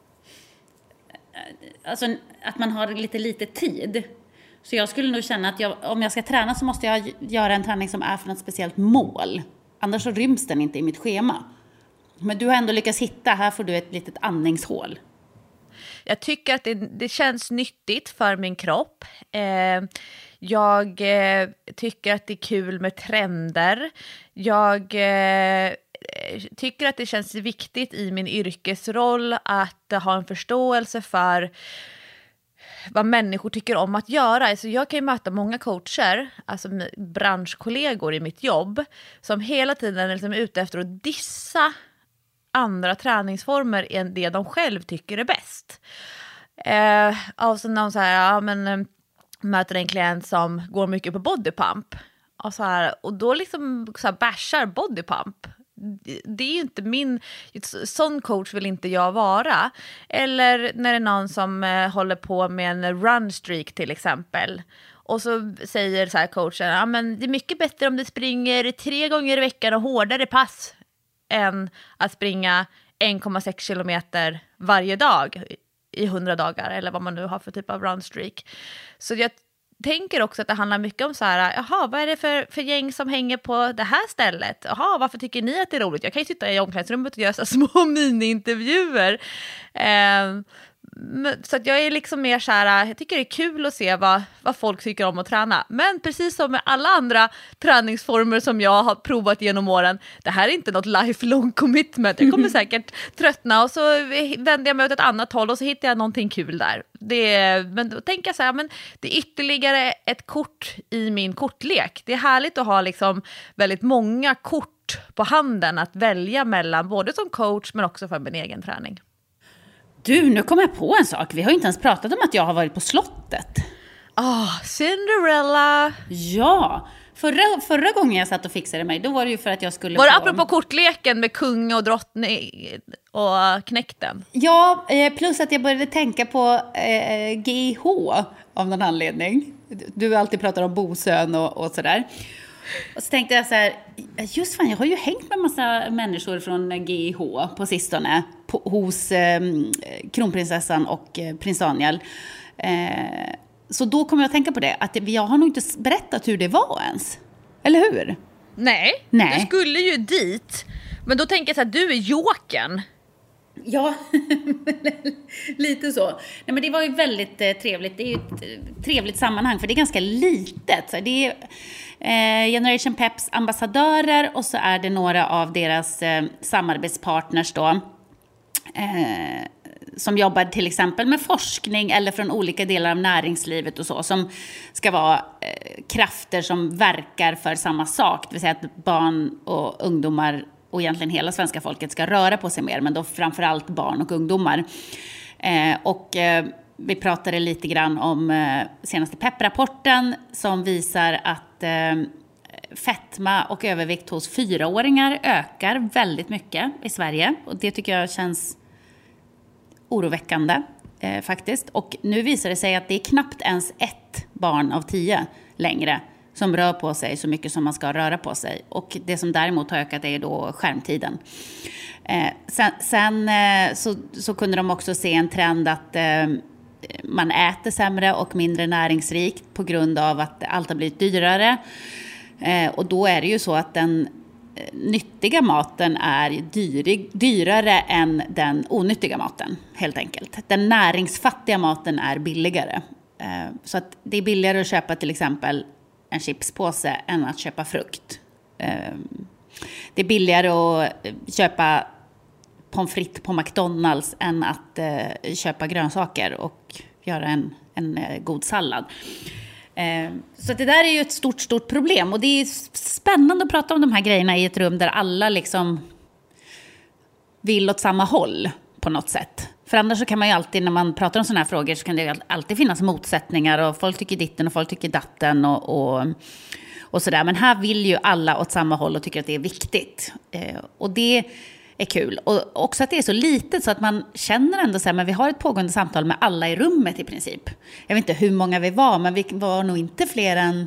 alltså att man har lite lite tid. Så jag skulle nog känna att jag, om jag ska träna så måste jag göra en träning som är för något speciellt mål. Annars så ryms den inte i mitt schema. Men du har ändå lyckats hitta, här får du ett litet andningshål. Jag tycker att det, det känns nyttigt för min kropp. Eh, jag eh, tycker att det är kul med trender. Jag eh, tycker att det känns viktigt i min yrkesroll att ha en förståelse för vad människor tycker om att göra. Alltså jag kan ju möta många coacher, alltså branschkollegor i mitt jobb, som hela tiden är liksom ute efter att dissa andra träningsformer än det de själv tycker är bäst. Eh, och så någon så här, ja men möter en klient som går mycket på bodypump. Och, så här, och då liksom så här bashar bodypump. Det är ju inte min, sån coach vill inte jag vara. Eller när det är någon som eh, håller på med en run streak till exempel. Och så säger så här coachen, ja men det är mycket bättre om du springer tre gånger i veckan och hårdare pass än att springa en komma sex kilometer varje dag i hundra dagar eller vad man nu har för typ av run streak. Så jag tänker också att det handlar mycket om så här, jaha, vad är det för, för gäng som hänger på det här stället? Jaha, varför tycker ni att det är roligt? Jag kan ju sitta i omklädningsrummet och göra så små mini-intervjuer. Eh, så att jag är liksom mer så här, jag tycker det är kul att se vad, vad folk tycker om att träna. Men precis som med alla andra träningsformer som jag har provat genom åren, det här är inte något lifelong commitment. Jag kommer säkert tröttna och så vänder jag mig åt ett annat håll och så hittar jag någonting kul där. Det, men då tänker jag så här, men det är ytterligare ett kort i min kortlek. Det är härligt att ha liksom väldigt många kort på handen att välja mellan, både som coach men också för min egen träning. Du, nu kom jag på en sak. Vi har inte ens pratat om att jag har varit på slottet. Ah, oh, Cinderella! Ja, förra, förra gången jag satt och fixade mig, då var det ju för att jag skulle var det få... apropå kortleken med kung och drottning och knäkten? Ja, plus att jag började tänka på eh, G I H av någon anledning. Du alltid pratar om Bosön och, och sådär. Och så tänkte jag så här, just fan, jag har ju hängt med en massa människor från G I H på sistone på, hos eh, kronprinsessan och eh, prins Daniel. Eh, så då kommer jag att tänka på det, att jag har nog inte berättat hur det var ens. Eller hur? Nej, Nej. Du skulle ju dit. Men då tänker jag så här, du är jokern. Ja, lite så. Nej, men det var ju väldigt eh, trevligt. Det är ju ett eh, trevligt sammanhang, för det är ganska litet. Så det är eh, Generation Peps ambassadörer och så är det några av deras eh, samarbetspartners då. Eh, som jobbar till exempel med forskning eller från olika delar av näringslivet och så. Som ska vara eh, krafter som verkar för samma sak. Det vill säga att barn och ungdomar och egentligen hela svenska folket ska röra på sig mer, men då framförallt barn och ungdomar. Eh, och eh, vi pratade lite grann om eh, senaste pepprapporten som visar att eh, fetma och övervikt hos fyraåringar ökar väldigt mycket i Sverige. Och det tycker jag känns oroväckande eh, faktiskt. Och nu visar det sig att det är knappt ens ett barn av tio längre som rör på sig så mycket som man ska röra på sig. Och det som däremot har ökat är då skärmtiden. Eh, sen sen eh, så, så kunde de också se en trend att eh, man äter sämre och mindre näringsrikt på grund av att allt har blivit dyrare. Eh, och då är det ju så att den eh, nyttiga maten är dyrig, dyrare än den onyttiga maten, helt enkelt. Den näringsfattiga maten är billigare. Eh, så att det är billigare att köpa till exempel en chipspåse än att köpa frukt. Eh, det är billigare att köpa pommes frites på McDonalds än att eh, köpa grönsaker och göra en, en eh, god sallad. Eh, så det där är ju ett stort, stort problem. Och det är spännande att prata om de här grejerna i ett rum där alla liksom vill åt samma håll på något sätt. För annars så kan man ju alltid, när man pratar om sådana här frågor, så kan det ju alltid finnas motsättningar. Och folk tycker ditten och folk tycker datten och, och, och sådär. Men här vill ju alla åt samma håll och tycker att det är viktigt. Eh, och det är kul. Och också att det är så litet så att man känner ändå så här, men vi har ett pågående samtal med alla i rummet i princip. Jag vet inte hur många vi var, men vi var nog inte fler än,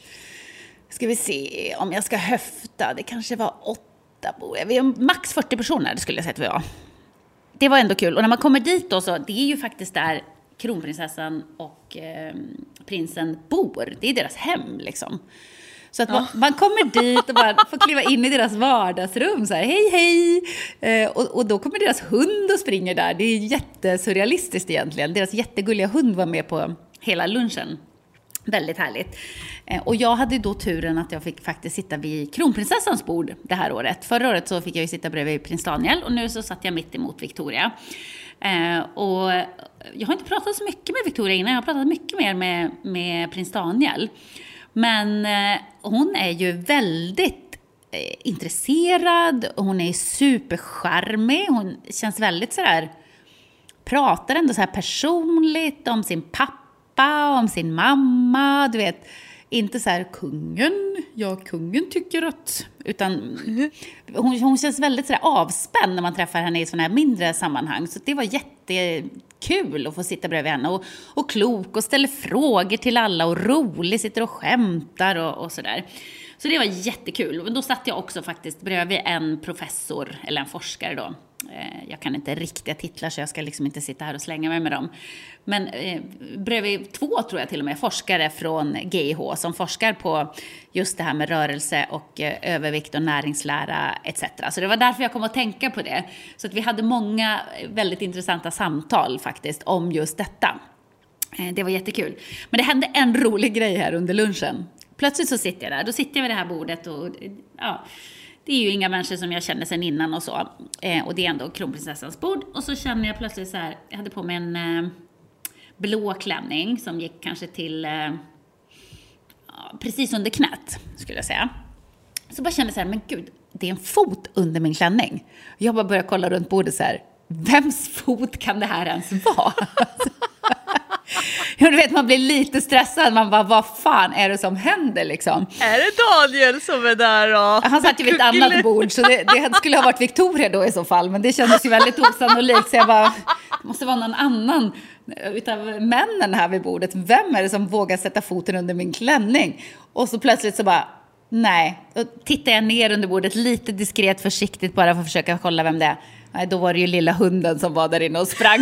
ska vi se om jag ska höfta, det kanske var åtta, vi är max fyrtio personer, det skulle jag säga att vi var. Det var ändå kul. Och när man kommer dit då, så det är ju faktiskt där kronprinsessan och eh, prinsen bor. Det är deras hem liksom. Så att ja. man, man kommer dit och bara får kliva in i deras vardagsrum så här, hej hej. Eh, och, och då kommer deras hund och springer där. Det är jättesurrealistiskt egentligen. Deras jättegulliga hund var med på hela lunchen. Väldigt härligt. Eh, och jag hade då turen att jag fick faktiskt sitta vid kronprinsessans bord det här året. Förra året så fick jag ju sitta bredvid prins Daniel och nu så satt jag mitt emot Victoria. Eh, och jag har inte pratat så mycket med Victoria innan. Jag har pratat mycket mer med, med prins Daniel. Men eh, hon är ju väldigt eh, intresserad. Hon är supercharmig. Hon känns väldigt sådär, pratar ändå så här personligt om sin pappa, om sin mamma, du vet. Inte så här kungen, ja kungen tycker att, utan hon, hon känns väldigt så där avspänd när man träffar henne i sådana här mindre sammanhang. Så det var jättekul att få sitta bredvid henne och, och klok och ställer frågor till alla och rolig, sitter och skämtar och, och sådär. Så det var jättekul. Och då satt jag också faktiskt bredvid en professor, eller en forskare då. Jag kan inte riktiga titlar så jag ska liksom inte sitta här och slänga mig med dem. Men eh, bredvid två tror jag till och med forskare från G I H som forskar på just det här med rörelse och eh, övervikt och näringslära et cetera. Så det var därför jag kom att tänka på det. Så att vi hade många väldigt intressanta samtal faktiskt om just detta. Eh, det var jättekul. Men det hände en rolig grej här under lunchen. Plötsligt så sitter jag där. Då sitter jag vid det här bordet och ja... Det är ju inga människor som jag känner sedan innan och så. Eh, och det är ändå kronprinsessans bord. Och så känner jag plötsligt så här. Jag hade på mig en eh, blå klänning som gick kanske till eh, ja, precis under knät skulle jag säga. Så bara kände jag så här, men gud, det är en fot under min klänning. Jag bara började kolla runt bordet så här. Vems fot kan det här ens vara? Ja, du vet, man blir lite stressad. Man bara, vad fan är det som händer liksom? Är det Daniel som är där då? Han satt ju vid ett annat bord. Så det, det skulle ha varit Victoria då i så fall. Men det kändes ju väldigt osannolikt. Så jag bara, det måste vara någon annan utav männen här vid bordet. Vem är det som vågar sätta foten under min klänning? Och så plötsligt så bara, nej. Då tittar jag ner under bordet lite diskret, försiktigt bara för att försöka kolla vem det är. Nej, då var det ju lilla hunden som var där inne och sprang.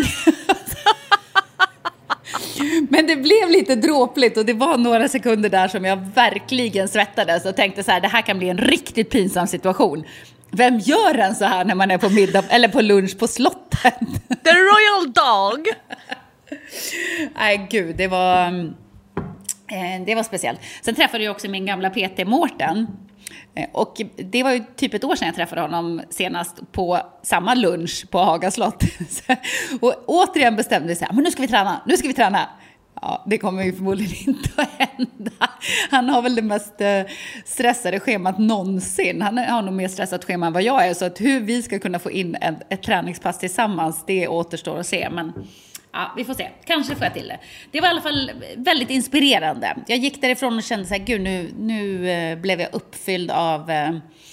Men det blev lite dråpligt och det var några sekunder där som jag verkligen svettades och tänkte så här, det här kan bli en riktigt pinsam situation. Vem gör en så här när man är på middag eller på lunch på slottet? The Royal Dog. Nej gud, det var eh, det var speciellt. Sen träffade jag också min gamla P T Mårten. Och det var ju typ ett år sedan jag träffade honom senast på samma lunch på Haga slott. Och återigen bestämde vi så här, men nu ska vi träna, nu ska vi träna. Ja, det kommer ju förmodligen inte att hända. Han har väl det mest stressade schemat någonsin. Han har nog mer stressat schema än vad jag är. Så att hur vi ska kunna få in ett, ett träningspass tillsammans, det återstår att se. Men Ja, vi får se. Kanske får jag till det. Det var i alla fall väldigt inspirerande. Jag gick därifrån och kände så här, gud, nu, nu eh, blev jag uppfylld av eh,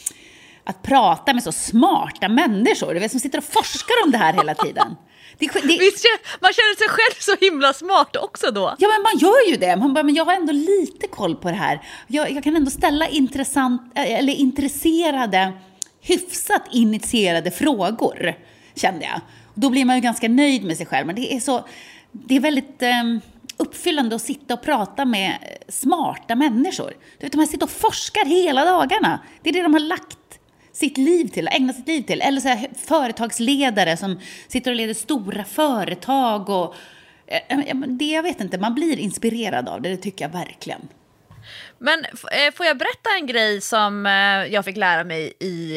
att prata med så smarta människor. Du vet, som sitter och forskar om det här hela tiden. Det, det, Visst, man känner sig själv så himla smart också då. Ja, men man gör ju det. Man bara, men jag har ändå lite koll på det här. Jag, jag kan ändå ställa intressant, eller intresserade, hyfsat initierade frågor, kände jag. Då blir man ju ganska nöjd med sig själv. Men det är så, det är väldigt eh, uppfyllande att sitta och prata med smarta människor. Du vet, de här sitter och forskar hela dagarna. Det är det de har lagt sitt liv till, ägna sitt liv till. Eller så här, företagsledare som sitter och leder stora företag. Och, eh, det, jag vet inte, man blir inspirerad av det, det tycker jag verkligen. Men f- får jag berätta en grej som eh, jag fick lära mig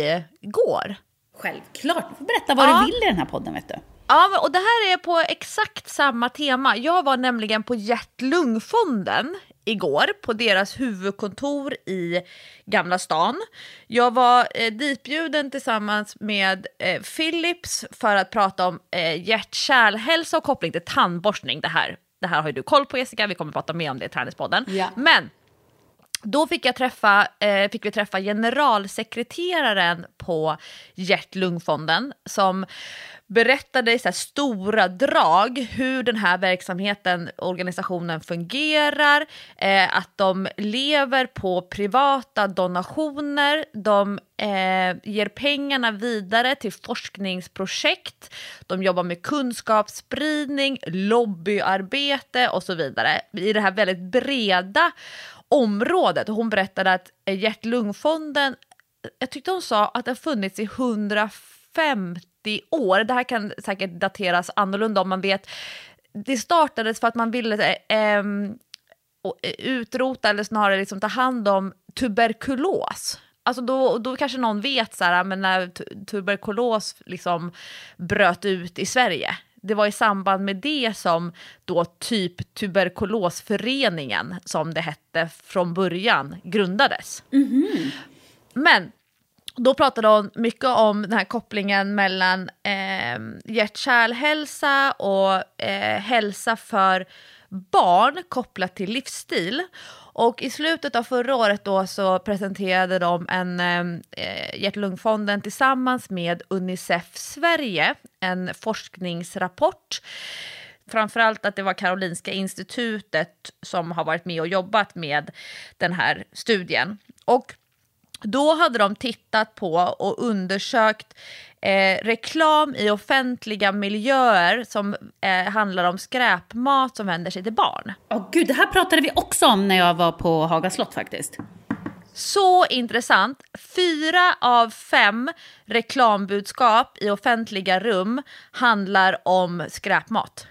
igår? Självklart, du får berätta vad ja. du vill i den här podden, vet du. Ja, och det här är på exakt samma tema. Jag var nämligen på Hjärt-Lungfonden igår på deras huvudkontor i Gamla stan. Jag var eh, ditbjuden tillsammans med eh, Philips för att prata om eh, hjärt-kärlhälsa och koppling till tandborstning. Det här, det här har ju du koll på, Jessica. Vi kommer prata mer om det i Träningspodden. Ja. Men då fick, jag träffa, eh, fick vi träffa generalsekreteraren på Hjärt-Lungfonden som berättade i så här stora drag hur den här verksamheten, organisationen fungerar, eh, att de lever på privata donationer, de eh, ger pengarna vidare till forskningsprojekt, de jobbar med kunskapsspridning, lobbyarbete och så vidare i det här väldigt breda området. Och hon berättade att Hjärt-Lungfonden, jag tyckte hon sa att det har funnits i hundrafemtio år. Det här kan säkert dateras annorlunda om man vet. Det startades för att man ville eh, utrota eller snarare liksom ta hand om tuberkulos. Alltså då, då kanske någon vet så här, men när tuberkulos liksom bröt ut i Sverige. Det var i samband med det som då typ tuberkulosföreningen, som det hette från början, grundades. Mm-hmm. Men då pratade hon mycket om den här kopplingen mellan eh, hjärt-kärlhälsa och eh, hälsa för barn kopplat till livsstil. Och i slutet av förra året då så presenterade de en eh, Hjärt-Lungfonden tillsammans med Unicef Sverige en forskningsrapport. Framförallt att det var Karolinska institutet som har varit med och jobbat med den här studien. Och då hade de tittat på och undersökt eh, reklam i offentliga miljöer som eh, handlar om skräpmat som vänder sig till barn. Åh oh, gud, det här pratade vi också om när jag var på Haga slott faktiskt. Så intressant. Fyra av fem reklambudskap i offentliga rum handlar om skräpmat.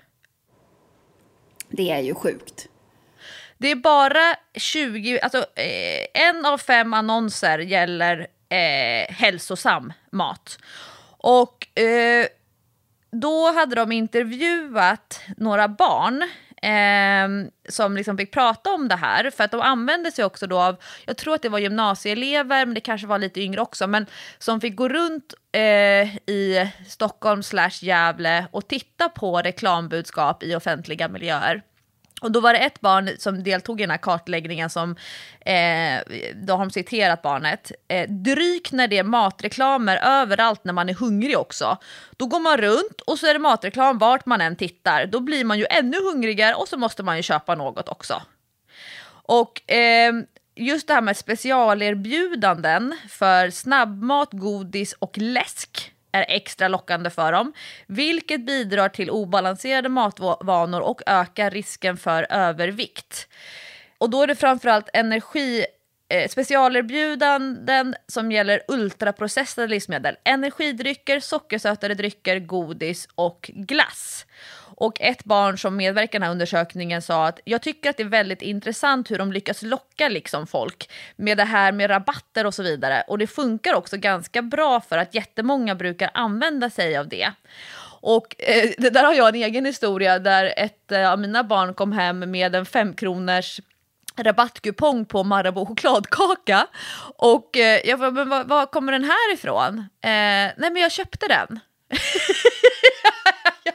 Det är ju sjukt. Det är bara tjugo, alltså eh, en av fem annonser gäller eh, hälsosam mat. Och eh, då hade de intervjuat några barn eh, som liksom fick prata om det här. För att de använde sig också då av, jag tror att det var gymnasieelever, men det kanske var lite yngre också. Men som fick gå runt eh, i Stockholm slash Gävle och titta på reklambudskap i offentliga miljöer. Och då var det ett barn som deltog i den här kartläggningen som, eh, då har de citerat barnet. Eh, drygt när det är matreklamer överallt när man är hungrig också. Då går man runt och så är det matreklam vart man än tittar. Då blir man ju ännu hungrigare och så måste man ju köpa något också. Och eh, just det här med specialerbjudanden för snabbmat, godis och läsk är extra lockande för dem, vilket bidrar till obalanserade matvanor och ökar risken för övervikt. Och då är det framförallt energi, eh, specialerbjudanden som gäller ultraprocessade livsmedel, energidrycker, sockersötade drycker, godis och glass. Och ett barn som medverkar i den här undersökningen sa att jag tycker att det är väldigt intressant hur de lyckas locka liksom folk med det här med rabatter och så vidare. Och det funkar också ganska bra för att jättemånga brukar använda sig av det. Och eh, det där har jag en egen historia där ett eh, av mina barn kom hem med en femkronors rabattkupong på Marabou chokladkaka. Och eh, jag bara, men var, var kommer den här ifrån? Eh, nej men jag köpte den. Jag bara,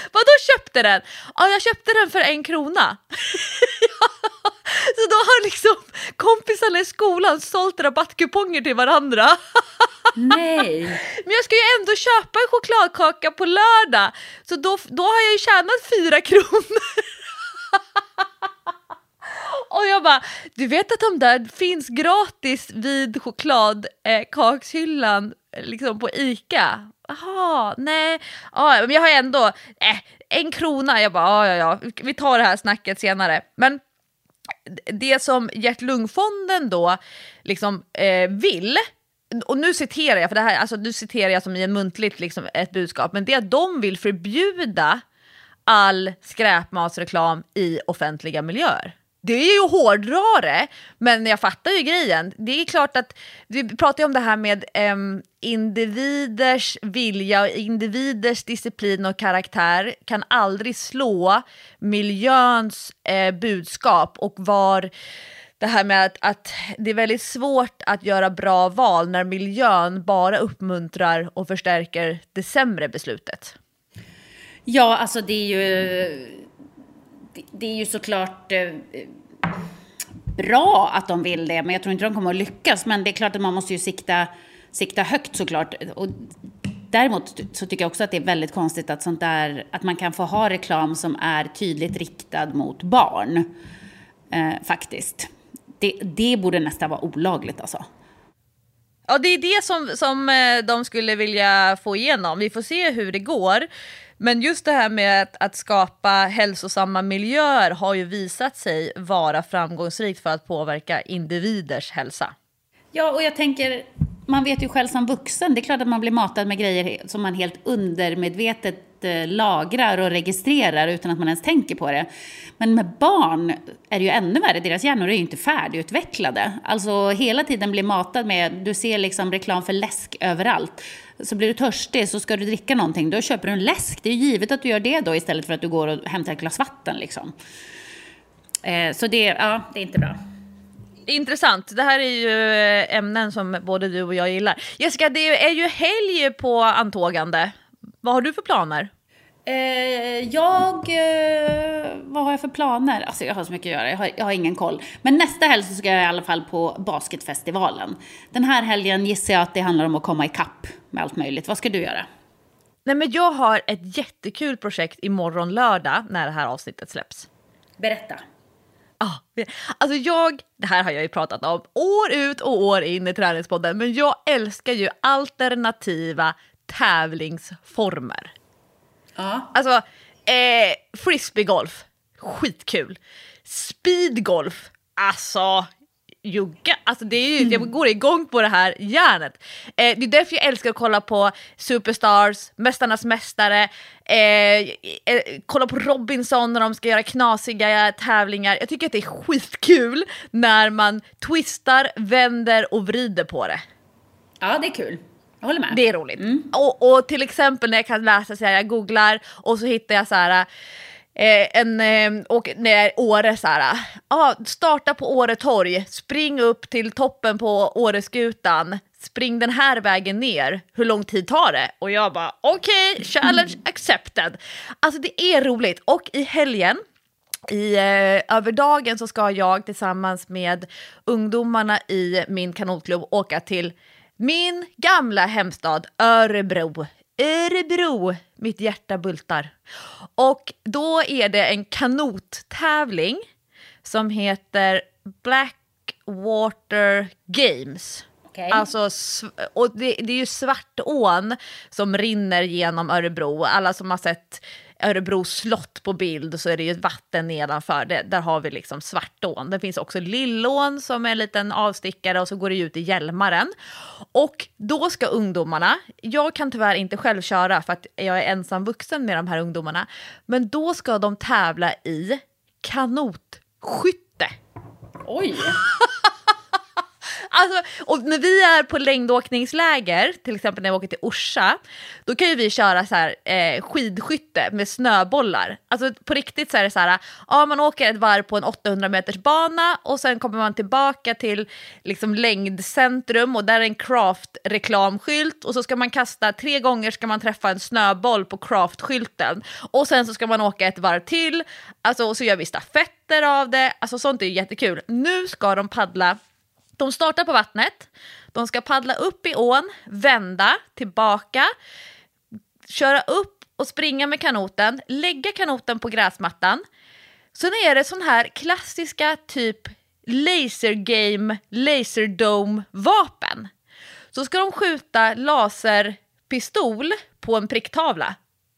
Vadå köpte den? Ja, jag köpte den för en krona. Så då har liksom kompisarna i skolan sålt rabattkuponger till varandra. Nej. Men jag ska ju ändå köpa en chokladkaka på lördag. Så då, då har jag ju tjänat fyra kronor. Och jag bara, du vet att de där finns gratis vid chokladkakshyllan eh, liksom på Ica. Jaha, nej. Ja, men jag har ändå eh, en krona. Jag bara, ja, ja, ja, vi tar det här snacket senare. Men det som Hjärt-Lungfonden då liksom eh, vill, och nu citerar jag, för det här, alltså nu citerar jag som i en muntligt liksom ett budskap, men det är att de vill förbjuda all skräpmatsreklam i offentliga miljöer. Det är ju hårdrare, men jag fattar ju grejen. Det är klart att vi pratar ju om det här med eh, individers vilja och individers disciplin och karaktär kan aldrig slå miljöns eh, budskap, och var det här med att, att det är väldigt svårt att göra bra val när miljön bara uppmuntrar och förstärker det sämre beslutet. Ja, alltså det är ju... Det är ju såklart eh, bra att de vill det, men jag tror inte de kommer att lyckas. Men det är klart att man måste ju sikta, sikta högt såklart. Och däremot så tycker jag också att det är väldigt konstigt att, sånt där, att man kan få ha reklam som är tydligt riktad mot barn. Eh, faktiskt. Det, det borde nästan vara olagligt alltså. Ja, det är det som, som de skulle vilja få igenom. Vi får se hur det går. Men just det här med att, att skapa hälsosamma miljöer har ju visat sig vara framgångsrikt för att påverka individers hälsa. Ja, och jag tänker, man vet ju själv som vuxen, det är klart att man blir matad med grejer som man helt undermedvetet eh, lagrar och registrerar utan att man ens tänker på det. Men med barn är det ju ännu värre, deras hjärnor är ju inte färdigutvecklade. Alltså hela tiden blir matad med, du ser liksom reklam för läsk överallt. Så blir du törstig så ska du dricka någonting, då köper du en läsk. Det är ju givet att du gör det då istället för att du går och hämtar ett glas vatten liksom. Eh, så det, ja, det är inte bra. Intressant. Det här är ju ämnen som både du och jag gillar. Jessica, det är ju helg på antågande. Vad har du för planer? Eh, jag... Eh, vad har jag för planer? Alltså jag har så mycket att göra. Jag har, jag har ingen koll. Men nästa helg så ska jag i alla fall på basketfestivalen. Den här helgen gissar jag att det handlar om att komma i kapp med allt möjligt. Vad ska du göra? Nej, men jag har ett jättekul projekt imorgon lördag när det här avsnittet släpps. Berätta. Ah, alltså jag, det här har jag ju pratat om år ut och år in i träningspodden, men jag älskar ju alternativa tävlingsformer. Ja. Alltså eh, frisbeegolf, skitkul. Speedgolf, alltså jugga, alltså det är ju, jag går igång på det här hjärnet. Eh, det är därför jag älskar att kolla på Superstars, Mästarnas mästare, eh, eh, kolla på Robinson när de ska göra knasiga tävlingar. Jag tycker att det är skitkul när man twistar, vänder och vrider på det. Ja, det är kul. Jag håller med. Det är roligt. Mm. Och, och till exempel när jag kan läsa så här, jag googlar och så hittar jag så här eh, en eh, och när Åre så här, ah, starta på Åre torg, spring upp till toppen på Åreskutan, spring den här vägen ner, hur lång tid tar det? Och jag bara okej, okay, challenge accepted. Alltså det är roligt. Och i helgen I eh, över dagen så ska jag tillsammans med ungdomarna i min kanotklubb åka till min gamla hemstad Örebro. Örebro, mitt hjärta bultar. Och då är det en kanottävling som heter Blackwater Games. Okay. Alltså, och det, det är ju Svartån som rinner genom Örebro. Alla som har sett Örebro slott på bild, så är det ju ett vatten nedanför det. Där har vi liksom Svartån. Det finns också Lillån som är en liten avstickare, och så går det ut i Hjälmaren. Och då ska ungdomarna, jag kan tyvärr inte själv köra för att jag är ensam vuxen med de här ungdomarna, men då ska de tävla i kanotskytte. Oj! Alltså, och när vi är på längdåkningsläger, till exempel när vi åker till Orsa, då kan ju vi köra så här, eh, skidskytte med snöbollar. Alltså på riktigt så är det så här, ja, man åker ett varv på en åttahundra meters bana och sen kommer man tillbaka till liksom längdcentrum och där är en craft-reklamskylt och så ska man kasta, tre gånger ska man träffa en snöboll på craft-skylten och sen så ska man åka ett varv till, alltså, och så gör vi stafetter av det, alltså sånt är jättekul. Nu ska de paddla. De startar på vattnet, de ska paddla upp i ån, vända, tillbaka, köra upp och springa med kanoten, lägga kanoten på gräsmattan. Sen är det sån här klassiska typ laser game, laserdome vapen. Så ska de skjuta laserpistol på en pricktavla.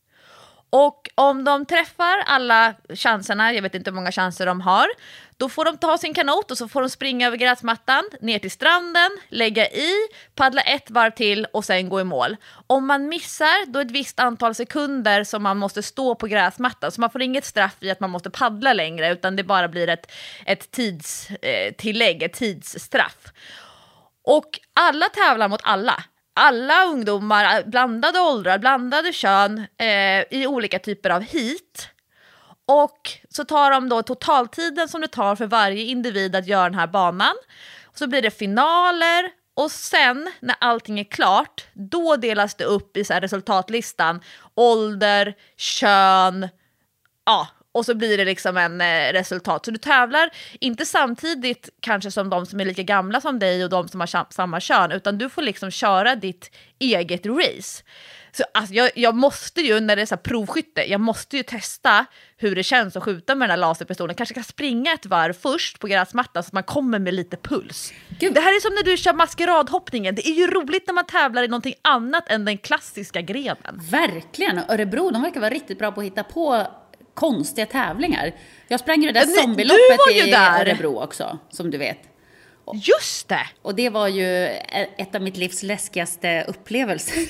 Och om de träffar alla chanserna, jag vet inte hur många chanser de har, då får de ta sin kanot och så får de springa över gräsmattan, ner till stranden, lägga i, paddla ett varv till och sen gå i mål. Om man missar, då är ett visst antal sekunder som man måste stå på gräsmattan. Så man får inget straff i att man måste paddla längre, utan det bara blir ett, ett tidstillägg, ett tidsstraff. Och alla tävlar mot alla. Alla ungdomar, blandade åldrar, blandade kön eh, i olika typer av heat. Och så tar de då totaltiden som det tar för varje individ att göra den här banan. Och så blir det finaler och sen när allting är klart, då delas det upp i så här resultatlistan. Ålder, kön, ja. Och så blir det liksom en eh, resultat. Så du tävlar inte samtidigt kanske som de som är lika gamla som dig och de som har samma kön. Utan du får liksom köra ditt eget race. Så alltså, jag, jag måste ju, när det är så här provskytte, jag måste ju testa hur det känns att skjuta med den här laserpistolen. Kanske kan springa ett varv först på gräsmattan så att man kommer med lite puls. Gud. Det här är som när du kör maskeradhoppningen. Det är ju roligt när man tävlar i någonting annat än den klassiska grenen. Verkligen. Örebro, de verkar vara riktigt bra på att hitta på konstiga tävlingar. Jag sprang ju det där zombieloppet i där. Örebro också, som du vet. Och, just det! Och det var ju ett av mitt livs läskigaste upplevelser.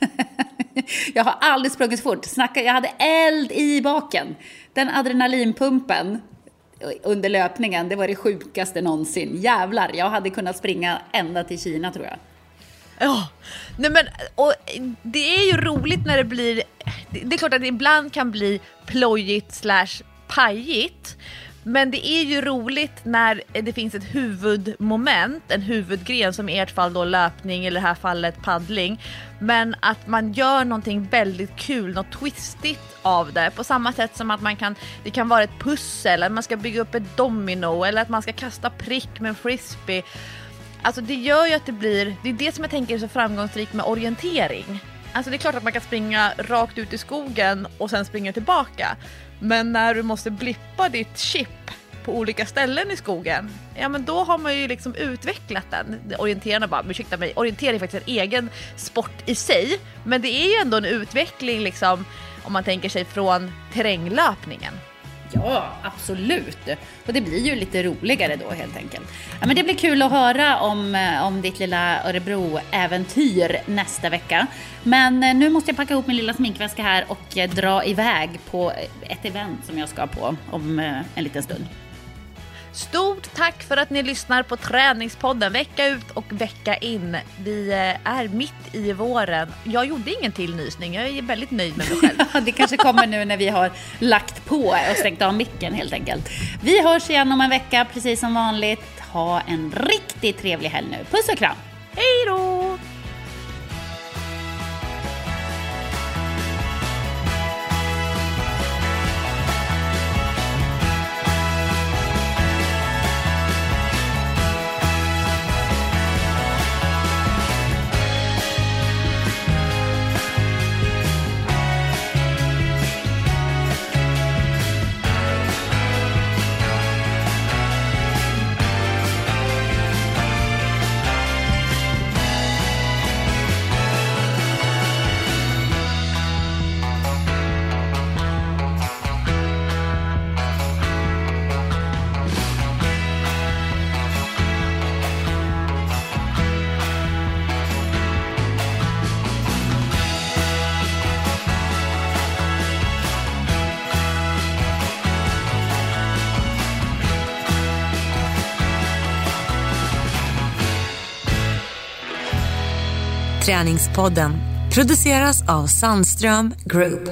Jag har aldrig sprungit fort. Snacka, jag hade eld i baken. Den adrenalinpumpen under löpningen, det var det sjukaste någonsin. Jävlar, jag hade kunnat springa ända till Kina, tror jag. Ja, nej men, och det är ju roligt när det blir, det är klart att det ibland kan bli plojigt slash pajigt, men det är ju roligt när det finns ett huvudmoment, en huvudgren, som i ert fall då löpning, eller i det här fallet paddling, men att man gör någonting väldigt kul, något twistigt av det, på samma sätt som att man kan, det kan vara ett pussel, eller man ska bygga upp ett domino, eller att man ska kasta prick med en frisbee. Alltså det gör ju att det blir, det är det som jag tänker är så framgångsrikt med orientering. Alltså det är klart att man kan springa rakt ut i skogen och sen springa tillbaka. Men när du måste blippa ditt chip på olika ställen i skogen, ja men då har man ju liksom utvecklat den. Orienterarna bara, ursäkta mig, orientering är faktiskt en egen sport i sig. Men det är ju ändå en utveckling liksom, om man tänker sig från terränglöpningen. Ja, absolut. Och det blir ju lite roligare då helt enkelt. Ja, men det blir kul att höra om, om ditt lilla Örebro-äventyr nästa vecka. Men nu måste jag packa ihop min lilla sminkväska här och dra iväg på ett event som jag ska på om en liten stund. Stort tack för att ni lyssnar på Träningspodden vecka ut och vecka in. Vi är mitt i våren. Jag gjorde ingen tillnysning. Jag är väldigt nöjd med mig själv. Det kanske kommer nu när vi har lagt på och stängt av micken helt enkelt. Vi hörs igen om en vecka precis som vanligt. Ha en riktigt trevlig helg nu. Puss och kram. Hej då! Träningspodden produceras av Sandström Group.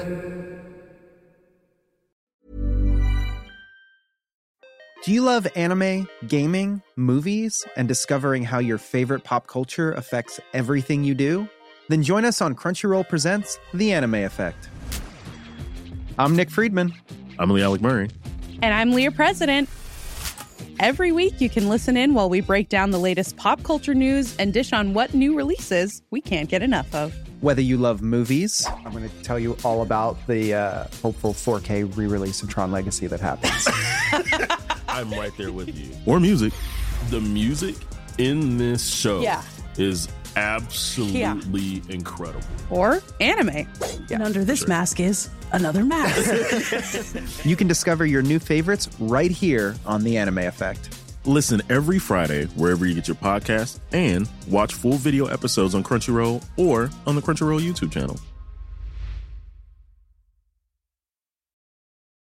Do you love anime, gaming, movies, and discovering how your favorite pop culture affects everything you do? Then join us on Crunchyroll Presents The Anime Effect. I'm Nick Friedman. I'm Lee Alec Murray. And I'm Leah President. Every week you can listen in while we break down the latest pop culture news and dish on what new releases we can't get enough of. Whether you love movies, I'm going to tell you all about the uh, hopeful four K re-release of Tron Legacy that happens. I'm right there with you. Or music. The music in this show yeah. is absolutely yeah. incredible. Or anime. Yeah, and under this sure. mask is another mask. You can discover your new favorites right here on The Anime Effect. Listen every Friday wherever you get your podcasts and watch full video episodes on Crunchyroll or on the Crunchyroll YouTube channel.